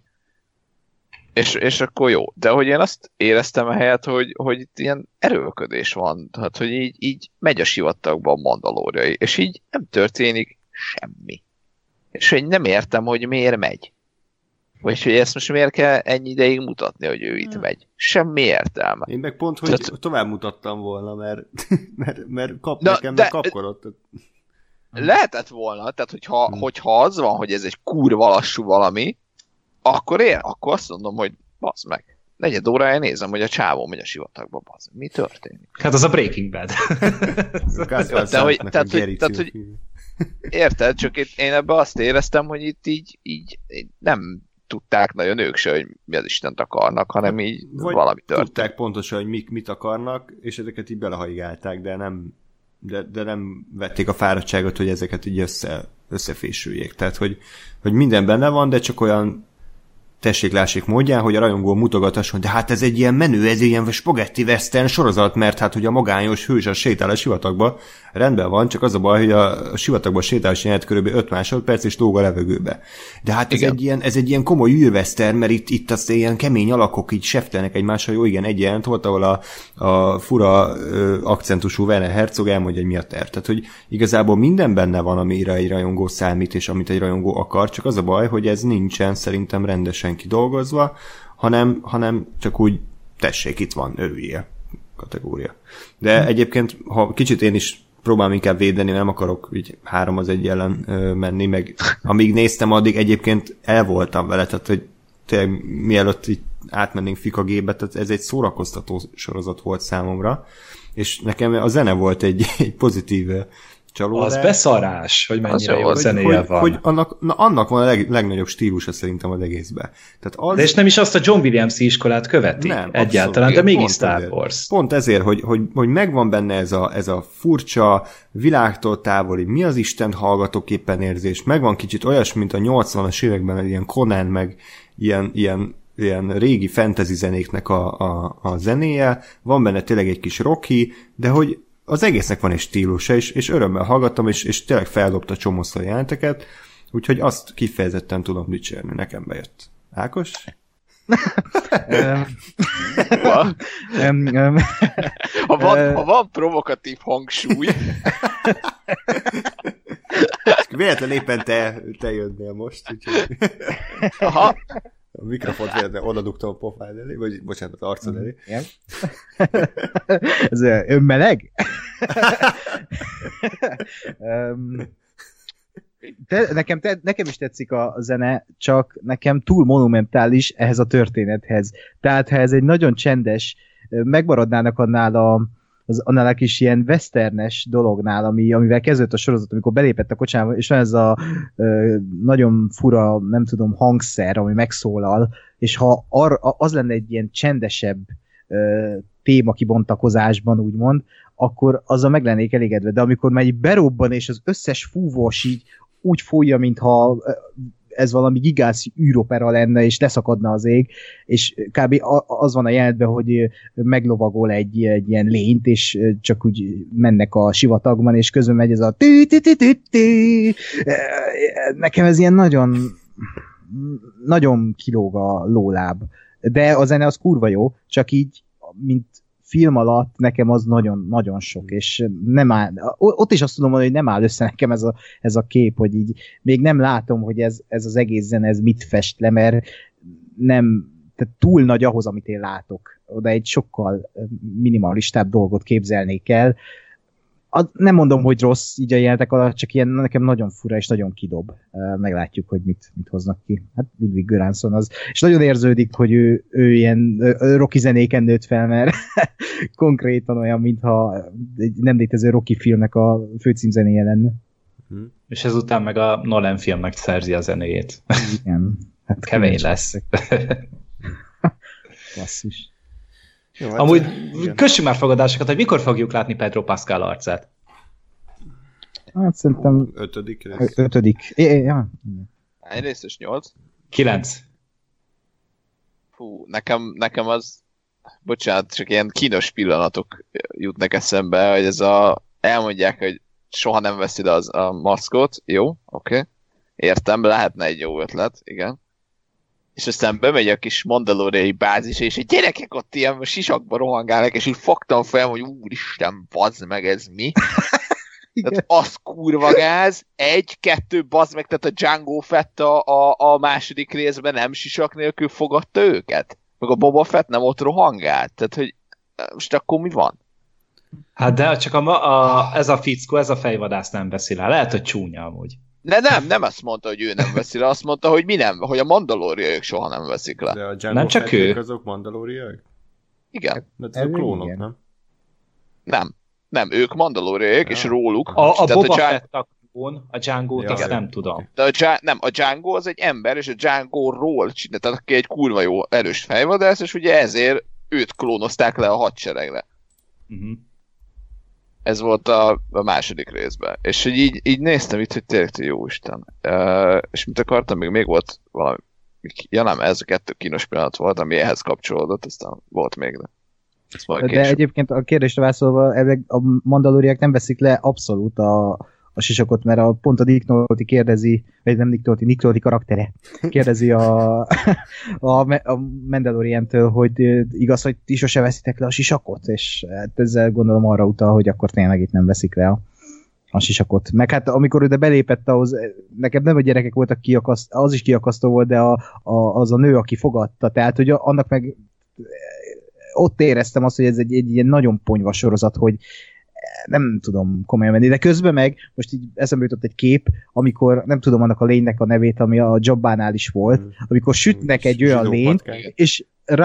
Speaker 4: és akkor jó. De hogy én azt éreztem a helyet, hogy itt ilyen erőlködés van, tehát hogy így megy a sivatagba a Mandalóriai, és így nem történik semmi. És hogy nem értem, hogy miért megy. Vagy hogy ezt most miért kell ennyi ideig mutatni, hogy ő itt megy. Semmi értelme.
Speaker 1: Én meg pont, hogy tovább mutattam volna, mert nekem meg kapkodott.
Speaker 4: Lehetett volna, tehát hogyha az van, hogy ez egy kurva lassú valami, akkor azt mondom, hogy bassz meg. 4 órája nézem, hogy a csávó megy a sivatagba, bassz. Mi történik?
Speaker 2: Hát az a Breaking Bad.
Speaker 4: Tehát, hogy érted, csak én ebben azt éreztem, hogy itt így nem tudták nagyon ők se, hogy mi az Istent akarnak, hanem így vagy valami történt.
Speaker 1: Tudták pontosan, hogy mit akarnak, és ezeket így belehajgálták, de nem vették a fáradtságot, hogy ezeket így összefésüljék. Tehát, hogy minden benne van, de csak olyan tessék-lássék módján, hogy a rajongó mutogatasson, de hát ez egy ilyen menő, ez egy ilyen spagetti western sorozat, mert hát, hogy a magányos hős a sétál a sivatagba, rendben van, csak az a baj, hogy a sivatagba sétálás jelent kb. 5 másodperc, és lóg a levegőbe. De hát ez egy ilyen komoly űrwestern, mert itt azt ilyen kemény alakok így seftelnek egymással, jó igen, egy jelent volt, ahol a fura akcentusú Werner Herzog elmondja, hogy mi a terv. Tehát, hogy igazából minden benne van, amire egy rajongó számít, és amit egy rajongó akar, csak az a baj, hogy ez nincsen szerintem rendesen kidolgozva, hanem csak úgy tessék, itt van, örüljél kategória. De egyébként, ha kicsit én is próbálom inkább védeni, nem akarok így 3-1 ellen menni, meg amíg néztem, addig egyébként el voltam vele, tehát hogy tényleg mielőtt így átmennénk Fikagébe, tehát ez egy szórakoztató sorozat volt számomra, és nekem a zene volt egy pozitív csalódás.
Speaker 2: Az beszarás, hogy mennyire jó zenéje van.
Speaker 1: Hogy annak van a legnagyobb stílusa szerintem az egészben. Tehát
Speaker 2: de és nem is azt a John Williams iskolát követi nem, egyáltalán, de mégis Star Wars.
Speaker 1: Pont ezért, hogy megvan benne ez a furcsa, világtól távoli, mi az Isten hallgatóképpen érzés, megvan kicsit olyasmi, mint a 80-as években ilyen Conan, meg ilyen régi fantasy zenéknek a zenéje, van benne tényleg egy kis Rocky, de hogy az egésznek van egy stílusa, és örömmel hallgattam, és tényleg feldobta csomószor jelenteket, úgyhogy azt kifejezetten tudom dicsérni, nekem bejött. Ákos?
Speaker 4: Ha van provokatív hangsúly.
Speaker 1: Véletlen éppen te jönnél most, úgyhogy...
Speaker 4: Aha.
Speaker 1: A mikrofont véletlenül oda dugtam a pofád elé, vagy bocsánat, az arcod elé.
Speaker 3: Igen. Ez önmeleg? Nekem is tetszik a zene, csak nekem túl monumentális ehhez a történethez. Tehát ha ez egy nagyon csendes, megmaradnának annál a kis ilyen westernes dolognál, amivel kezdődött a sorozat, amikor belépett a kocsába, és van ez a nagyon fura, nem tudom, hangszer, ami megszólal, és ha az lenne egy ilyen csendesebb téma kibontakozásban, úgymond, akkor azzal meg lennék elégedve. De amikor már így berobban, és az összes fúvós így úgy fújja, mintha ez valami gigászi űropera lenne, és leszakadna az ég, és kb. Az van a jelenetben, hogy meglovagol egy ilyen lényt, és csak úgy mennek a sivatagban, és közben megy ez a nekem ez ilyen nagyon nagyon kilóg a lóláb. De a zene az kurva jó, csak így, mint film alatt nekem az nagyon-nagyon sok, és nem áll, ott is azt tudom mondani, hogy nem áll össze nekem ez a kép, hogy így még nem látom, hogy ez az egész zene, ez mit fest le, mert nem, tehát túl nagy ahhoz, amit én látok. Oda egy sokkal minimalistább dolgot képzelnék el. Nem mondom, hogy rossz így a jelenetek alatt, csak ilyen nekem nagyon fura és nagyon kidob. Meglátjuk, hogy mit hoznak ki. Hát Ludwig Göransson az. És nagyon érződik, hogy ő ilyen Rocky zenéken nőtt fel, mert konkrétan olyan, mintha egy nem létező Rocky filmnek a főcímzenéje lenne.
Speaker 2: És ezután meg a Nolan filmnek szerzi a zenéjét.
Speaker 3: Igen. Hát
Speaker 2: kemény lesz.
Speaker 3: Klasszus.
Speaker 2: Jó, hát amúgy kössünk már fogadásokat, hogy mikor fogjuk látni Pedro Pascal arcát?
Speaker 3: Hát szerintem
Speaker 1: 5. rész.
Speaker 3: 5. Ja.
Speaker 4: Hány részes? 8?
Speaker 2: 9.
Speaker 4: Fú, nekem az, bocsánat, csak ilyen kínos pillanatok jutnak eszembe, hogy elmondják, hogy soha nem veszi ide a maszkot, jó, oké. Értem, lehetne egy jó ötlet, igen. És aztán bemegy a kis mandaloriai bázis, és egy gyerekek ott ilyen sisakba rohangálnak, és így fogtam fel, hogy úristen, bazd meg, ez mi? Tehát az kurva gáz, 1-2, bazd meg, tehát a Django Fett a második részben nem sisak nélkül fogadta őket? Meg a Boba Fett nem ott rohangált? Tehát, hogy most akkor mi van?
Speaker 2: Hát de csak ez a fickó, ez a fejvadász nem beszél el. Lehet, hogy csúnya amúgy.
Speaker 4: Nem azt mondta, hogy ő nem veszi le, azt mondta, hogy mi nem, hogy a mandalóriaiak soha nem veszik le.
Speaker 1: De a Django
Speaker 2: nem csak ő.
Speaker 1: Azok mandalóriaiak?
Speaker 4: Igen.
Speaker 1: De ezek klónok, nem?
Speaker 4: Nem, ők mandalóriaiak, és róluk.
Speaker 2: A Boba Fett a klón, a Django-t azt nem tudom.
Speaker 4: De a Django az egy ember, és a Django-ról csináltak ki egy kurva jó erős fejvadász, és ugye ezért őt klónozták le a hadseregre. Ez volt a második részben. És hogy így néztem itt, hogy tényleg jó-isten. És mit akartam, még volt valami... Ja nem, ez a 2 kínos pillanat volt, ami ehhez kapcsolódott, aztán volt még,
Speaker 3: de egyébként a kérdésre válaszolva, a mandalóriák nem veszik le abszolút a sisakot, mert pont a Nick Nolte kérdezi, vagy nem Nick Nolte karaktere, kérdezi a Mandalorian-től, hogy igaz, hogy ti sose veszitek le a sisakot, és hát ezzel gondolom arra utal, hogy akkor tényleg itt nem veszik le a sisakot. Meg hát amikor ő belépett ahhoz, nekem nem a gyerekek voltak az is kiakasztó volt, de az a nő, aki fogadta, tehát hogy annak meg ott éreztem azt, hogy ez egy ilyen nagyon ponyva sorozat, hogy nem tudom komolyan venni, de közben meg most így eszembe jutott egy kép, amikor nem tudom annak a lénynek a nevét, ami a Jabbánál is volt, amikor sütnek egy olyan lényt, és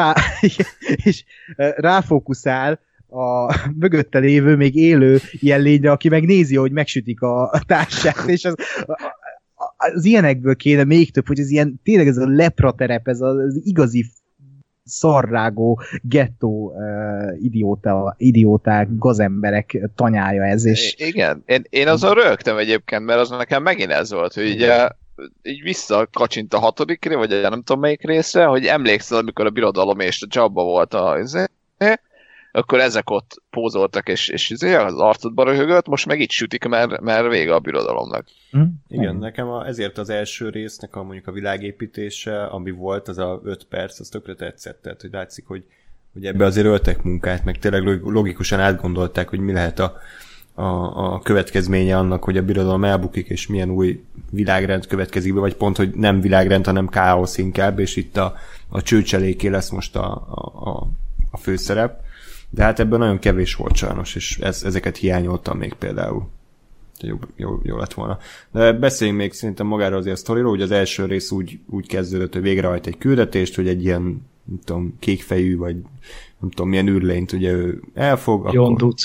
Speaker 3: ráfókuszál a mögötte lévő, még élő ilyen lényre, aki megnézi, hogy megsütik a társát, és az ilyenekből kéne még több, hogy ez ilyen, tényleg ez a lepraterep, ez az igazi szarrágó, gettó idióták, gazemberek tanyája ez, és...
Speaker 4: Igen, én azon rögtem egyébként, mert az nekem megint ez volt, hogy így visszakacsint a 6. rész, vagy nem tudom melyik részre, hogy emlékszel, amikor a birodalom és a Jabba volt akkor ezek ott pózoltak, és az arcodba röhögött, most meg itt sütik, mert vége a birodalomnak.
Speaker 1: Igen, nekem ezért az első résznek mondjuk a világépítése, ami volt, az a 5 perc, az tökre tetszett, tehát hogy látszik, hogy ebbe azért öltek munkát, meg tényleg logikusan átgondolták, hogy mi lehet a következménye annak, hogy a birodalom elbukik, és milyen új világrend következik be, vagy pont, hogy nem világrend, hanem káosz inkább, és itt a csőcseléké lesz most a főszerep. De hát ebben nagyon kevés volt sajnos, és ezeket hiányoltam még például. Jó lett volna. De beszéljünk még szerintem magáról azért a sztoriról, hogy az első rész úgy kezdődött, hogy végrehajt egy küldetést, hogy egy ilyen, nem tudom, kékfejű, vagy nem tudom, milyen űrlényt ugye ő elfog.
Speaker 2: Jondut.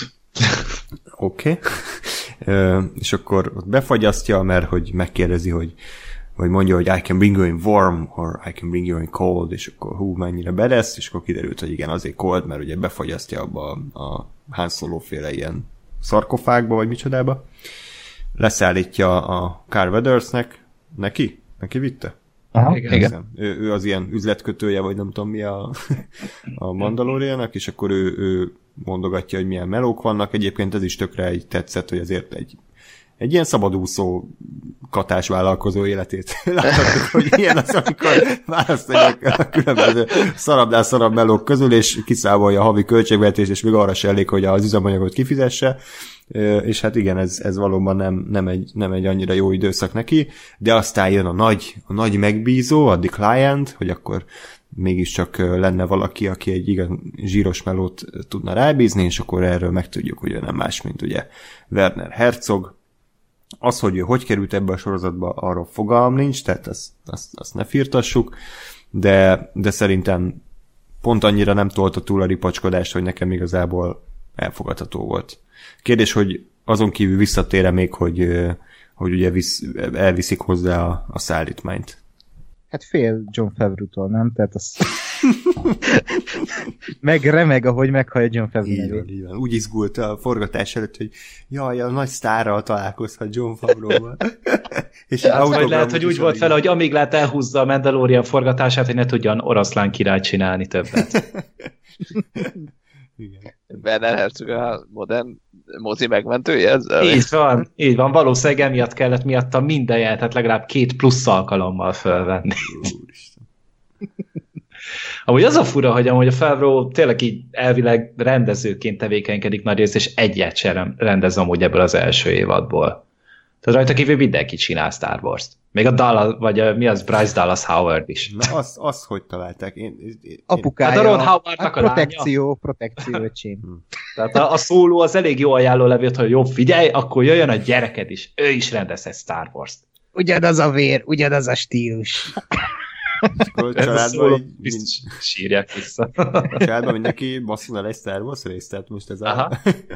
Speaker 1: Oké. És akkor ott befagyasztja, mert hogy megkérdezi, hogy vagy mondja, hogy I can bring you in warm, or I can bring you in cold, és akkor mennyire bedesz, és akkor kiderült, hogy igen, azért cold, mert ugye befagyasztja abba a Han Solo-féle ilyen szarkofágba, vagy micsodába. Leszállítja a Carl Weathersnek. Neki vitte?
Speaker 3: Aha,
Speaker 2: igen.
Speaker 1: Ő az ilyen üzletkötője, vagy nem tudom mi a Mandalorianak, és akkor ő mondogatja, hogy milyen melók vannak. Egyébként ez is tökre így tetszett, hogy azért egy ilyen szabadúszó katás vállalkozó életét láthatjuk, hogy ilyen az, amikor választani a különböző szarabb melók közül, és kiszámolja a havi költségvetést, és még arra se elég, hogy az üzemanyagot kifizesse, és hát igen, ez valóban nem egy annyira jó időszak neki, de aztán jön a nagy megbízó, a The Client, hogy akkor mégiscsak lenne valaki, aki egy igen zsíros melót tudna rábízni, és akkor erről megtudjuk, hogy ő nem más, mint ugye Werner Herzog. Az, hogy ő hogy került ebbe a sorozatba, arról fogalmam nincs, tehát azt ne firtassuk, de szerintem pont annyira nem tolta túl a ripacskodást, hogy nekem igazából elfogadható volt. Kérdés, hogy azon kívül visszatér-e még, hogy ugye elviszik hozzá a szállítmányt.
Speaker 3: Hát fél Jon Favreau-tól, nem? Tehát az... remeg, ahogy meghallja Jon Favreau nevét.
Speaker 1: Így van. Úgy izgult a forgatás előtt, hogy jaj, a nagy sztárral találkozhat Jon Favreau-val.
Speaker 2: És vagy lehet, hogy úgy volt fel, hogy amíg lehet elhúzza a Mandalorian forgatását, hogy ne tudjan oroszlán királyt csinálni többet.
Speaker 1: Igen.
Speaker 4: Werner Herzog a modern mozi megmentője ezzel?
Speaker 2: Így van, valószínűleg emiatt kellett miatta minden jelentet legalább 2 plusz alkalommal fölvenni. Amúgy az a fura, hogy amúgy a Favreau tényleg így elvileg rendezőként tevékenykedik nagyrészt, és egyet sem rendez amúgy ebből az első évadból. Tehát rajta kívül mindenki csinál Star Wars-t. Még a Dallas, vagy mi az, Bryce Dallas Howard is.
Speaker 1: Na, azt hogy találták?
Speaker 3: Apukája,
Speaker 2: hát a Ron Howardnak a
Speaker 3: protekció öcsém.
Speaker 2: Tehát a szóló az elég jó ajánlólevét, hogy jó, figyelj, akkor jöjjön a gyereked is. Ő is rendezhet Star Wars-t.
Speaker 3: Ugyanaz a vér, ugyanaz a stílus.
Speaker 1: Családban
Speaker 2: biztos sírják vissza.
Speaker 1: Családban mindenki basszul el egy Star Wars részt, tehát most ez a...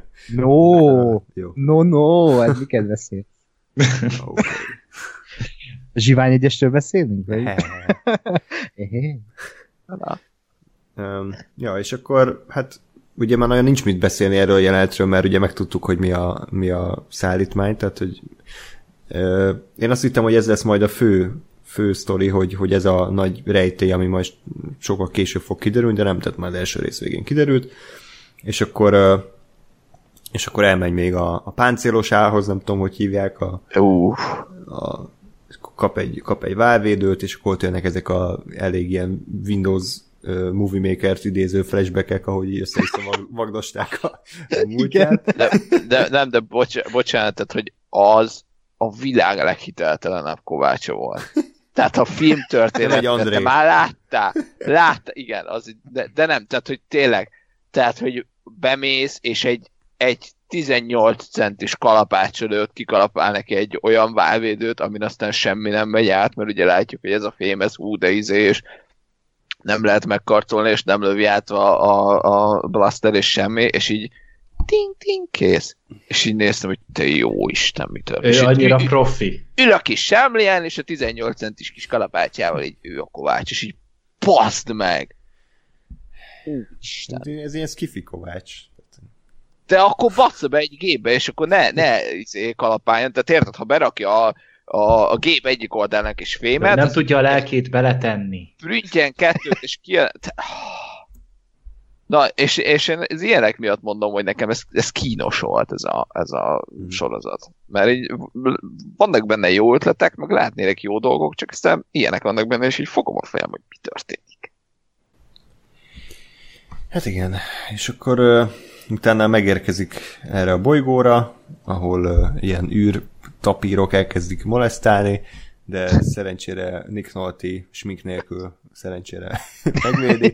Speaker 3: No, ez miket beszél?
Speaker 1: Okay.
Speaker 3: Zsivány egyestől beszélünk?
Speaker 1: Ja, és akkor hát ugye már nagyon nincs mit beszélni erről a jelenetről, mert ugye megtudtuk, hogy mi a szállítmány, tehát hogy én azt hittem, hogy ez lesz majd a fő sztori, hogy ez a nagy rejtély, ami majd sokkal később fog kiderülni, de nem, tehát már az első rész végén kiderült, és akkor elmegy még a páncélosához, nem tudom, hogy hívják, kap egy válvédőt, és akkor jönnek ezek a elég ilyen Windows Movie Maker-t idéző flashback-ek, ahogy össze-vissza vagdosták a múltját.
Speaker 4: De bocsánat, tehát, hogy az a világ leghiteltelenebb kovácsa volt. Tehát a film történet, te már láttál, igen, de nem, tehát, hogy tényleg, tehát, hogy bemész, és egy 18 centis kalapács előtt kikalapál neki egy olyan válvédőt, amin aztán semmi nem megy át, mert ugye látjuk, hogy ez a fém, ez és nem lehet megkarcolni, és nem lövi át a blaster, és semmi, és így ting, kész. És így néztem, hogy te jó Isten, mi történik.
Speaker 2: Ő annyira profi.
Speaker 4: Ül a kis semlien, és a 18 centis kis kalapácsával így ő a Kovács, és így baszd meg! Úristen.
Speaker 1: Ez ilyen skifi Kovács.
Speaker 4: De akkor bassza be egy gépbe, és akkor ne kalapáljon. Tehát érted, ha berakja a gép egyik oldalának is fémet...
Speaker 2: Nem tudja a lelkét beletenni.
Speaker 4: Prüntjen kettőt, és Na, és én az ilyenek miatt mondom, hogy nekem ez kínos volt ez a sorozat. Mert így vannak benne jó ötletek, meg látnélek jó dolgok, csak aztán ilyenek vannak benne, és így fogom a fejem, hogy mi történik.
Speaker 1: Hát igen, és akkor utána megérkezik erre a bolygóra, ahol ilyen űrtapírok elkezdik molesztálni, de szerencsére Nick Nolte smink nélkül szerencsére megvédi.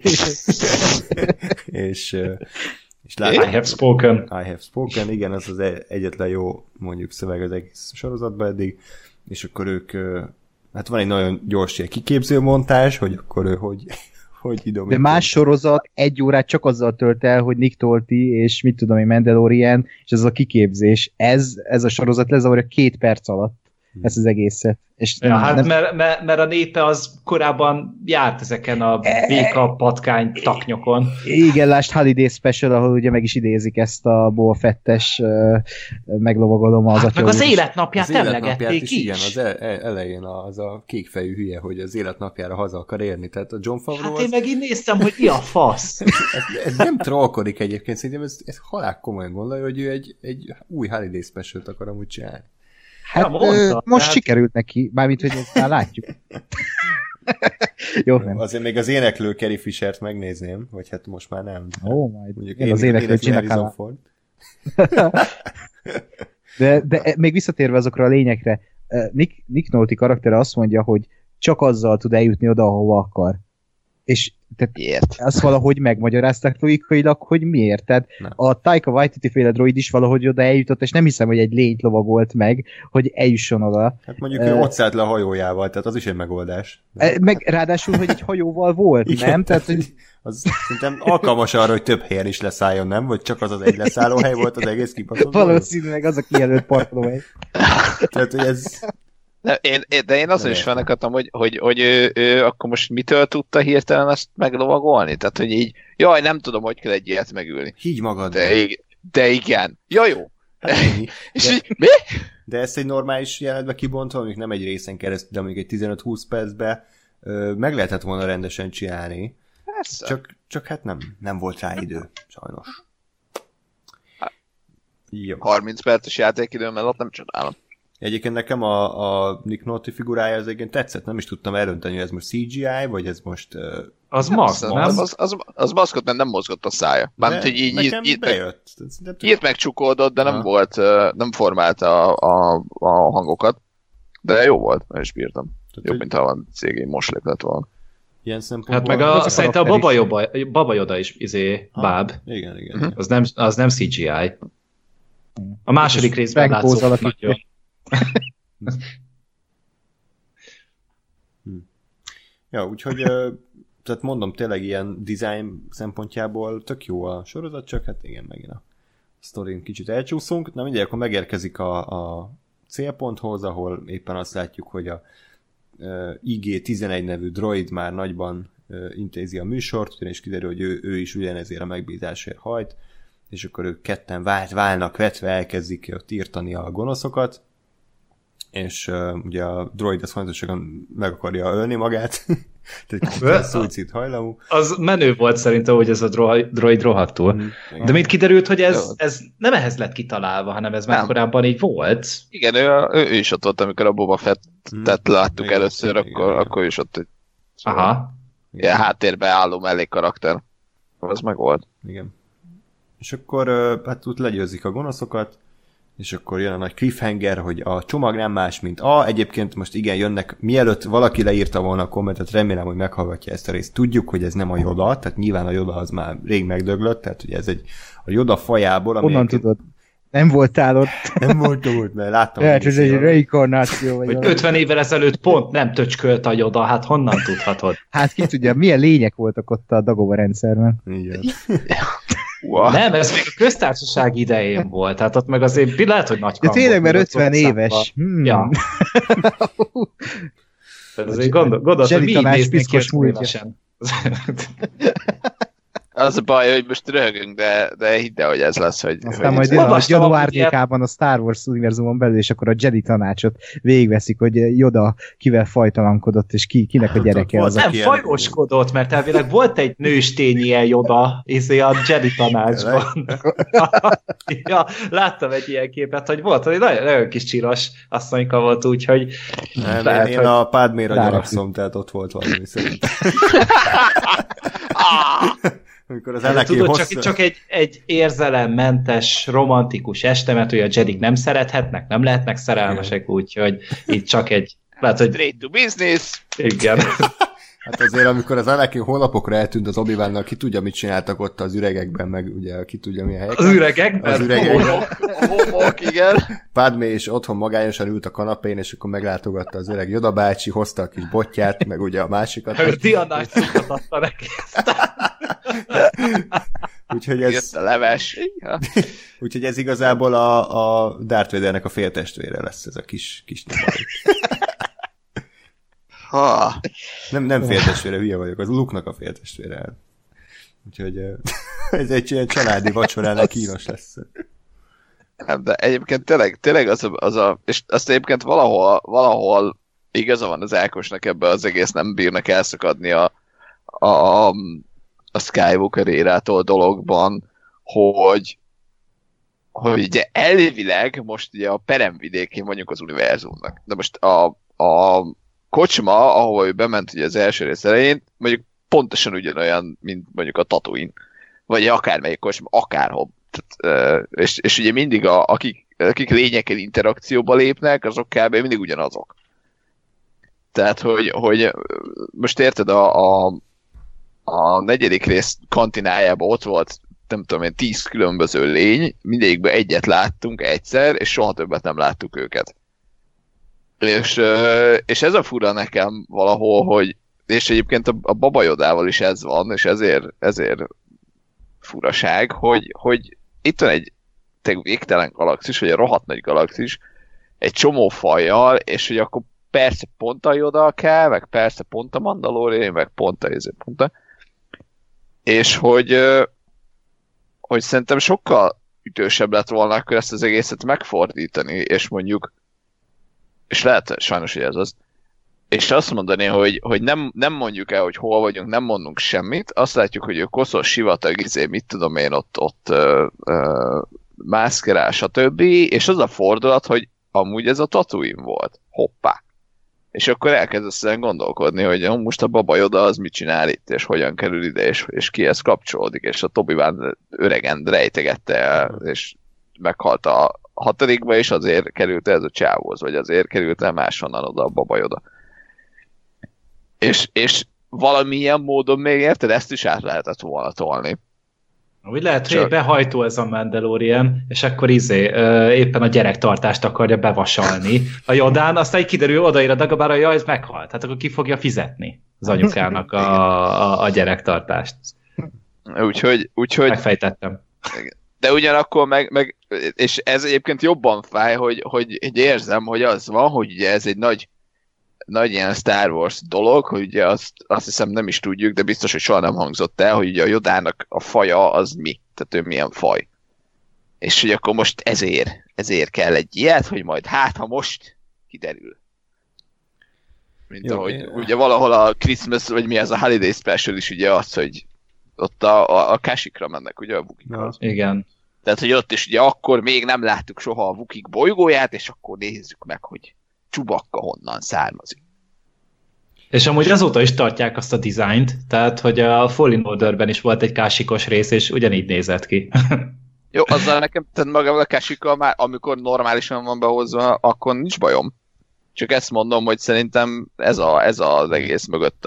Speaker 1: és
Speaker 2: I have spoken,
Speaker 1: igen, az az egyetlen jó mondjuk szöveg az egész sorozatban eddig, és akkor ők, hát van egy nagyon gyors ilyen kiképző montázs, hogy akkor ő hogy idomít.
Speaker 3: De más sorozat 1 órát csak azzal tölt el, hogy Nick Nolte és mit tudom én, Mandalorian, és ez a kiképzés. Ez a sorozat lezavarja 2 perc alatt. ezt az egészet. És
Speaker 2: Ja, hát mert a népe az korábban járt ezeken a béka patkány taknyokon.
Speaker 3: Igen, lásd Holiday Special, ahol ugye meg is idézik ezt a Boba Fettes meglovagodom az
Speaker 2: meg az életnapját emlegették is.
Speaker 1: Igen, az elején az a kékfejű hülye, hogy az életnapjára haza akar érni. Tehát a John Favreau
Speaker 2: hát én meg így néztem, hogy mi a fasz.
Speaker 1: ez nem trollkodik egyébként, szerintem ez halál komolyan gondolja, hogy ő egy új Holiday Specialt akar amúgy csinálni.
Speaker 3: Hát most sikerült neki, mármint, hogy ezt már látjuk. Jó, nem.
Speaker 1: Azért még az éneklő Carrie Fishert megnézném, vagy hát most már nem.
Speaker 3: Ó, majd én az éneklő Gina Ford. de még visszatérve azokra a lényekre, Nick Nolte karaktere azt mondja, hogy csak azzal tud eljutni oda, ahova akar. És
Speaker 4: miért?
Speaker 3: Azt valahogy megmagyarázták logikailag, hogy miért. Tehát a Taika Waititi féle droid is valahogy oda eljutott, és nem hiszem, hogy egy lényt lovagolt meg, hogy eljusson oda.
Speaker 1: Hát mondjuk ő ott szállt le a hajójával, tehát az is egy megoldás.
Speaker 3: Meg ráadásul, hogy egy hajóval volt, igen, nem? Tehát, hogy...
Speaker 1: Az szerintem alkalmas arra, hogy több helyen is leszálljon, nem? Vagy csak az egy leszállóhely volt az egész kibaszott?
Speaker 3: Valószínűleg az a kijelölt parkolóhely.
Speaker 1: Tehát, hogy ez...
Speaker 4: De én azon is fennakadtam, hogy ő akkor most mitől tudta hirtelen ezt meglovagolni? Tehát, hogy így, jaj, nem tudom, hogy kell egy ilyet megülni.
Speaker 1: Higgy magad.
Speaker 4: De igen. Ja, jó.
Speaker 1: Hát,
Speaker 4: és így, mi?
Speaker 1: De ezt egy normális jelenetbe kibontva, mondjuk nem egy részen keresztül, de mondjuk egy 15-20 percbe meg lehetett volna rendesen csinálni. Csak hát nem volt rá idő, sajnos.
Speaker 4: Jó. 30 perces játékidő mellett nem csodálom.
Speaker 1: Egyébként nekem a Nick Nolte figurája az egyébként tetszett, nem is tudtam eldönteni, hogy ez most CGI, vagy ez most...
Speaker 2: Az maszk, nem?
Speaker 4: Az maszkot, mert nem mozgott a szája. Bármint, hogy így írt megcsukódott, de nem volt, nem formálta a hangokat. De jó volt, mert is bírtam. Tehát, jobb, mint ha van CGI moslék lett volna.
Speaker 1: Ilyen szempontból...
Speaker 2: Hát meg szerintem a Baba Yoda is báb.
Speaker 1: Igen.
Speaker 2: Az nem CGI. A második részben látszott nagyon.
Speaker 1: Ja, úgyhogy tehát mondom, tényleg ilyen design szempontjából tök jó a sorozat, csak hát igen, megint a sztorin kicsit elcsúszunk. Na mindegy, akkor megérkezik a célponthoz, ahol éppen azt látjuk, hogy a IG-11 nevű droid már nagyban intézi a műsort, ugyanis kiderül, hogy ő is ugyanezért a megbízásért hajt, és akkor ők ketten válnak vetve, elkezdik ott írtani a gonoszokat, és ugye a droid az fontosan meg akarja ölni magát, tehát szuicid hajlamú.
Speaker 2: Az menő volt szerintem, hogy ez a droid rohadtul. De mint kiderült, hogy ez nem ehhez lett kitalálva, hanem ez már korábban így volt.
Speaker 4: Igen, ő is ott volt, amikor a Boba Fettet láttuk először, akkor is ott egy ilyen háttérbe álló mellékkarakter. Az meg volt.
Speaker 1: Igen. És akkor hát úgy legyőzik a gonoszokat, és akkor jön a nagy cliffhanger, hogy a csomag nem más, mint egyébként most igen, jönnek, mielőtt valaki leírta volna a kommentet, remélem, hogy meghallgatja ezt a részt. Tudjuk, hogy ez nem a Yoda, tehát nyilván a Yoda az már rég megdöglött, tehát ugye ez a Yoda fajából, ami...
Speaker 3: Honnan tudod? Nem voltál ott.
Speaker 1: Nem voltam ott, mert láttam.
Speaker 3: Lehet, hogy egy reinkarnáció.
Speaker 2: Hogy 50 évvel ezelőtt pont nem töcskölt a Yoda, hát honnan tudhatod?
Speaker 3: Hát ki tudja, milyen lények voltak ott a Dagobah rendszerben.
Speaker 1: Igen.
Speaker 2: Wow. Nem, ez még a köztársaság idején volt, tehát ott meg azért lehet, hogy nagy
Speaker 3: de tényleg, mert 50 éves.
Speaker 2: Ja. Azért gondolod, hogy mi így néznék ki 50 évesen.
Speaker 4: Az a baj, hogy most röhögünk, de hidd el, hogy ez lesz, hogy...
Speaker 3: Aztán majd jön a gyanú árnyékában a Star Wars univerzumon belül, és akkor a Jedi tanácsot végigveszik, hogy Yoda kivel fajtalankodott, és kinek a gyereke az,
Speaker 2: nem fajoskodott, mert elvileg volt egy nőstény ilyen Yoda, a Jedi tanácsban. Ja, láttam egy ilyen képet, hogy volt, hogy nagyon kis csiros asszonyka volt, úgyhogy...
Speaker 1: Nem, én a Padméra gyanakszom, tehát ott volt valami szerintem. Amikor az
Speaker 2: tudod, csak egy érzelemmentes, romantikus este, mert ugye a Jedik nem szerethetnek, nem lehetnek szerelmesek, úgyhogy itt csak egy... Lehet, hogy...
Speaker 4: Straight to business!
Speaker 2: Igen.
Speaker 1: Hát azért, amikor az Anakin hónapokra eltűnt az Obi-Wannal, ki tudja, mit csináltak ott az üregekben, meg ugye ki tudja, milyen helyeken.
Speaker 2: Az üregekben?
Speaker 1: Az üregekben.
Speaker 4: Homok, igen.
Speaker 1: Padmé is otthon magányosan ült a kanapén, és akkor meglátogatta az öreg Yoda bácsi, hozta a kis botját, meg ugye a másikat.
Speaker 2: Dianás szukat adta neki.
Speaker 1: Úgyhogy ez...
Speaker 4: Jött a leves.
Speaker 1: Úgyhogy ez igazából a Darth Vadernek a féltestvére lesz, ez a kis nyomai. Nem féltestvére, hülye vagyok, az Luke-nak a féltestvére. Úgyhogy ez egy ilyen családi vacsorának kínos lesz.
Speaker 4: De egyébként tényleg és azt egyébként valahol igaza van az Ákosnak ebbe az egész, nem bírnak elszakadni a Skywalker érától dologban, hogy ugye elvileg most ugye a peremvidékén vagyunk az univerzumnak. De most a kocsma, ahol ő bement ugye az első rész elején, mondjuk pontosan ugyanolyan, mint mondjuk a Tatooine. Vagy akármelyik kocsma, akárhol. Tehát, és ugye mindig akik lényekkel interakcióba lépnek, azok kb. Mindig ugyanazok. Tehát, hogy most érted, a negyedik rész kantinájában ott volt, nem tudom én, 10 különböző lény, mindegyikben egyet láttunk egyszer, és soha többet nem láttuk őket. És ez a fura nekem valahol, hogy és egyébként a Baba Yodával is ez van, és ezért furaság, hogy itt van egy végtelen galaxis, vagy egy rohadt nagy galaxis, egy csomó fajjal, és hogy akkor persze pont a Yoda kell, meg persze pont a Mandalorian, meg pont a és hogy szerintem sokkal ütősebb lett volna akkor ezt az egészet megfordítani, és mondjuk, és lehet sajnos, hogy ez az, és azt mondani, hogy nem mondjuk el, hogy hol vagyunk, nem mondunk semmit, azt látjuk, hogy a koszos sivatag, mit tudom én, ott mászkerál, stb. És az a fordulat, hogy amúgy ez a Tatooine volt. Hoppá. És akkor elkezdesz ezen gondolkodni, hogy most a Baba Yoda az mit csinál itt, és hogyan kerül ide, és kihez kapcsolódik, és a Tobi-Wan öregen rejtegette el, és meghalt a 6-ba, és azért került ez a csávóhoz, vagy azért került el máshonnan oda a Baba Yoda. És valamilyen módon még érted, ezt is át lehetett volna tolni.
Speaker 2: Úgy lehet, hogy behajtó ez a Mandalorian, és akkor éppen a gyerektartást akarja bevasalni a Jodán, aztán kiderül odaír a Dagobára, hogy ez meghalt. Hát akkor ki fogja fizetni az anyukának a gyerektartást.
Speaker 4: Úgyhogy
Speaker 2: megfejtettem.
Speaker 4: De ugyanakkor és ez egyébként jobban fáj, hogy érzem, hogy az van, hogy ugye ez egy nagy ilyen Star Wars dolog, hogy ugye azt hiszem nem is tudjuk, de biztos, hogy soha nem hangzott el, hogy ugye a Yodának a faja az mi, tehát ő milyen faj. És hogy akkor most ezért kell egy ilyet, hogy majd ha most kiderül. Mint jó, ahogy ugye valahol a Christmas, vagy mi ez a Holiday Special is ugye az, hogy ott a Kashyyykra mennek, ugye a Wookieekhoz.
Speaker 2: Igen.
Speaker 4: Tehát, hogy ott is ugye akkor még nem láttuk soha a Wookieek bolygóját, és akkor nézzük meg, hogy Chewbacca honnan származik.
Speaker 2: És amúgy azóta is tartják azt a dizájnt, tehát, hogy a Fallen Orderben is volt egy Kashyyyk-os rész, és ugyanígy nézett ki.
Speaker 4: Jó, azzal nekem, tehát magával a Kashyyykkal már, amikor normálisan van behozva, akkor nincs bajom. Csak ezt mondom, hogy szerintem ez az egész mögött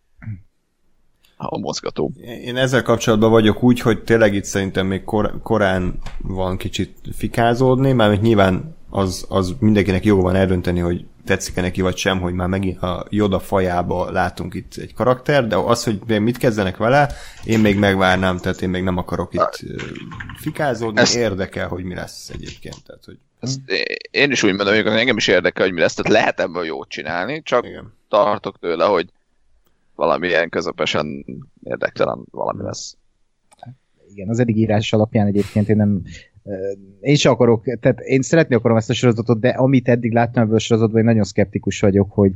Speaker 4: a mozgató.
Speaker 1: Én ezzel kapcsolatban vagyok úgy, hogy tényleg itt szerintem még korán van kicsit fikázódni, mármint nyilván az mindenkinek jó van eldönteni, hogy tetszik-e neki vagy sem, hogy már megint a Yoda fajába látunk itt egy karakter, de az, hogy mit kezdenek vele, én még megvárnám, tehát én még nem akarok itt fikázódni, érdekel, hogy mi lesz egyébként. Tehát, hogy...
Speaker 4: Én is úgy mondom, hogy engem is érdekel, hogy mi lesz, tehát lehet ebből jót csinálni, csak tartok tőle, hogy valamilyen közepesen érdektelen valami lesz.
Speaker 3: Igen, az eddig írás alapján egyébként én sem akarok, tehát én szeretni akarom ezt a sorozatot, de amit eddig láttam ebből a sorozatban, én nagyon szkeptikus vagyok, hogy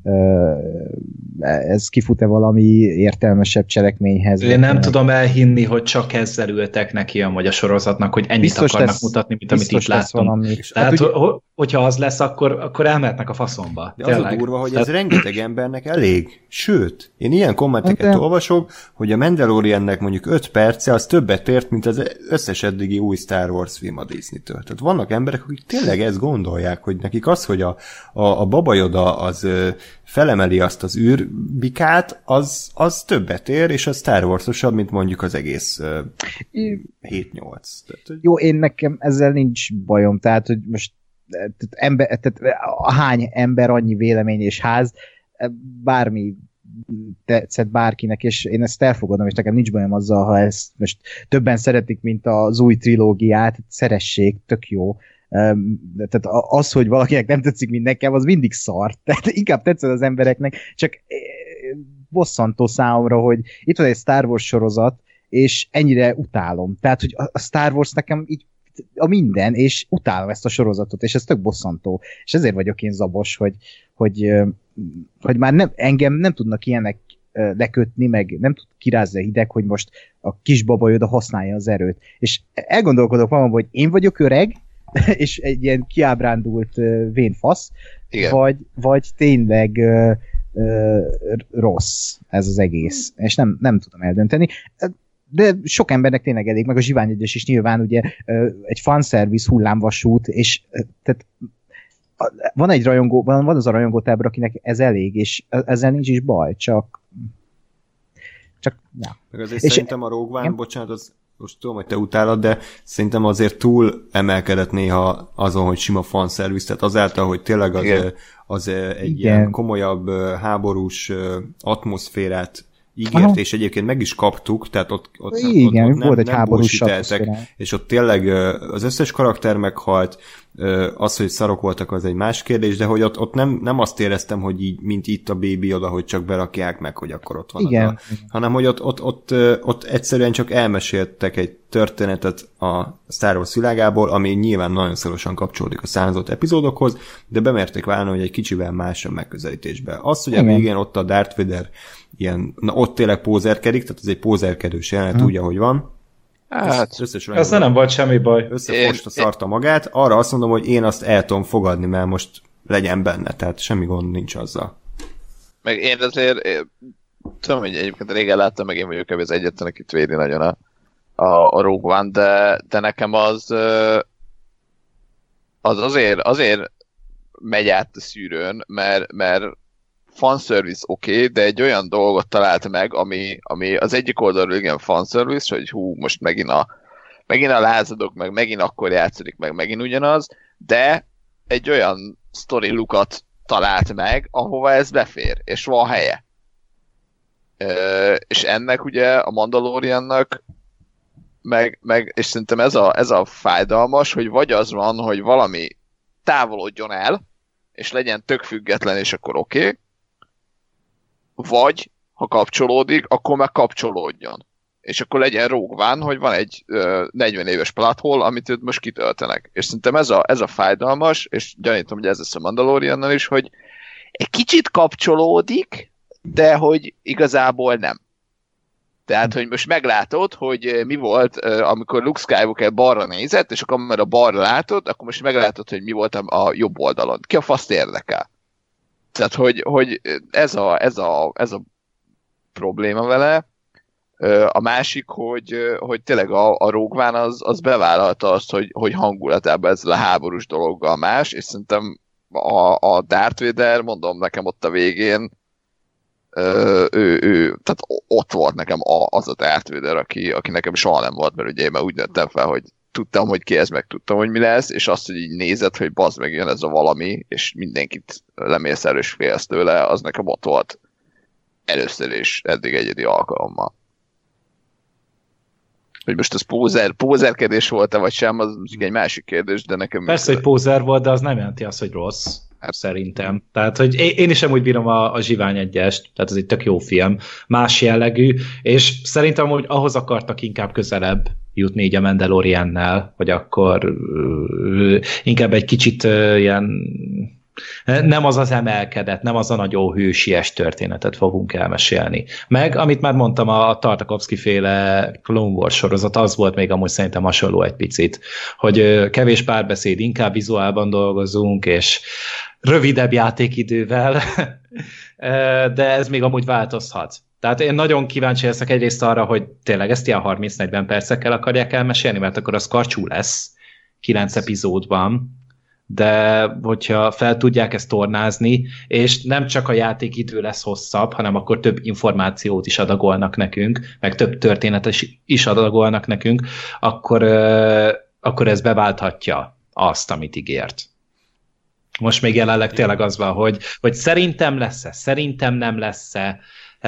Speaker 3: ez kifut-e valami értelmesebb cselekményhez.
Speaker 2: Én nem tudom elhinni, hogy csak ezzel ültek neki amúgy a sorozatnak, hogy ennyit biztos akarnak mutatni, mint amit itt láttunk. Tehát, hogyha az lesz, akkor elmehetnek a faszomba.
Speaker 1: De tényleg. Az a durva, hogy ez rengeteg embernek elég. Sőt, én ilyen kommenteket olvasok, hogy a Mandaloriannek mondjuk 5 perce, az többet ért, mint az összes eddigi új Star Wars film a Disney-től. Tehát vannak emberek, akik tényleg ezt gondolják, hogy nekik az, hogy a Baba Yoda az felemeli azt az űrbikát, az többet ér, és az Star Wars-osabb, mint mondjuk az egész 7-8.
Speaker 3: Jó, én nekem ezzel nincs bajom, tehát, hogy most hány ember annyi vélemény és ház, bármi tetszett bárkinek, és én ezt elfogadom, és nekem nincs bajom azzal, ha ezt most többen szeretik, mint az új trilógiát, szeressék, tök jó. Tehát az, hogy valakinek nem tetszik, mint nekem, az mindig szar. Tehát inkább tetszett az embereknek, csak bosszantó számomra, hogy itt van egy Star Wars sorozat, és ennyire utálom. Tehát, hogy a Star Wars nekem így a minden, és utálom ezt a sorozatot, és ez tök bosszantó. És ezért vagyok én zabos, hogy már engem nem tudnak ilyenek lekötni, meg nem tud kirázni a hideg, hogy most a kisbaba Yoda használja az erőt. És elgondolkodok magamban, hogy én vagyok öreg, és egy ilyen kiábrándult vénfasz, vagy tényleg rossz ez az egész. És nem tudom eldönteni. De sok embernek tényleg elég, meg a Zsivány egyes is nyilván ugye egy fanservice hullámvasút, és tehát van az a rajongótábor, akinek ez elég, és ezzel nincs is baj, csak ja.
Speaker 1: Meg azért és szerintem a Rogue One, bocsánat, az most tudom, hogy te utálod, de szerintem azért túl emelkedett néha azon, hogy sima fanservice, tehát azáltal, hogy tényleg az egy ilyen komolyabb háborús atmoszférát ígért, és egyébként meg is kaptuk, tehát ott
Speaker 3: volt egy háborús
Speaker 1: és ott tényleg az összes karakter meghalt, az, hogy szarok voltak, az egy más kérdés, de hogy ott nem azt éreztem, hogy így, mint itt a Baby Yoda, hogy csak berakják meg, hogy akkor ott van hanem, hogy ott egyszerűen csak elmeséltek egy történetet a Star Wars világából, ami nyilván nagyon szorosan kapcsolódik a származott epizódokhoz, de bemerték válni, hogy egy kicsivel más a megközelítésbe. Az, hogy a végén ott a Darth Vader ilyen, ott tényleg pózerkedik, tehát ez egy pózerkedős jelenet, úgy, ahogy van.
Speaker 2: Hát, ez nem volt semmi baj.
Speaker 1: Összefosta szarta magát, arra azt mondom, hogy én azt el tudom fogadni, mert most legyen benne, tehát semmi gond nincs azzal.
Speaker 4: Meg én azért, tudom, hogy egyébként régen láttam, meg én vagyok az egyetlen, akit védi nagyon a Rogue One, de nekem az azért megy át a szűrőn, mert fanservice oké, de egy olyan dolgot talált meg, ami az egyik oldalról igen fanservice, hogy most megint a lázadok, meg megint akkor játszik, meg megint ugyanaz, de egy olyan story lookat talált meg, ahova ez befér, és van helye. És ennek ugye a Mandaloriannak és szerintem ez a fájdalmas, hogy vagy az van, hogy valami távolodjon el, és legyen tök független, és akkor oké, vagy, ha kapcsolódik, akkor meg kapcsolódjon. És akkor legyen Rogue One, hogy van egy 40 éves plathol, amit őt most kitöltenek. És szerintem ez a fájdalmas, és gyanítom, hogy ez lesz a Mandaloriannal is, hogy egy kicsit kapcsolódik, de hogy igazából nem. Tehát, hogy most meglátod, hogy mi volt, amikor Luke Skywalker balra nézett, és akkor mert a balra látod, akkor most meglátod, hogy mi volt a jobb oldalon. Ki a faszt érdekel? Tehát, hogy ez a probléma vele. A másik, hogy tényleg a Rogue One az bevállalta azt, hogy hangulatában ezzel a háborús dologgal más, és szerintem a Darth Vader, mondom nekem ott a végén, tehát ott volt nekem az a Darth Vader, aki nekem soha nem volt, mert ugye én már úgy nőttem fel, hogy tudtam, hogy ki ez, meg tudtam, hogy mi lesz, és azt, hogy így nézed, hogy bazd meg jön ez a valami, és mindenkit lemész el és félsz tőle, az nekem ott volt először is eddig egyedi alkalommal. Hogy most ez pózerkedés volt-e vagy sem, az egy másik kérdés, de nekem...
Speaker 2: Persze, hogy pózer volt, de az nem jelenti azt, hogy rossz. Hát szerintem. Tehát, hogy én is amúgy bírom a Zsivány egyest, tehát ez egy tök jó film, más jellegű, és szerintem, hogy ahhoz akartak inkább közelebb jutni így a Mandaloriannel, hogy akkor inkább egy kicsit ilyen nem az emelkedett, nem az a nagyon hősies történetet fogunk elmesélni. Meg, amit már mondtam, a Tartakovsky féle Clone Wars sorozat, az volt még amúgy szerintem hasonló egy picit, hogy kevés párbeszéd, inkább vizuálban dolgozunk, és rövidebb játékidővel, de ez még amúgy változhat. Tehát én nagyon kíváncsi leszek egyrészt arra, hogy tényleg ezt ilyen 30-40 percekkel akarják elmesélni, mert akkor az karcsú lesz 9 epizódban, de hogyha fel tudják ezt tornázni, és nem csak a játékidő lesz hosszabb, hanem akkor több információt is adagolnak nekünk, meg több történetet is adagolnak nekünk, akkor ez beválthatja azt, amit ígért. Most még jelenleg tényleg az van, hogy szerintem lesz-e, szerintem nem lesz-e.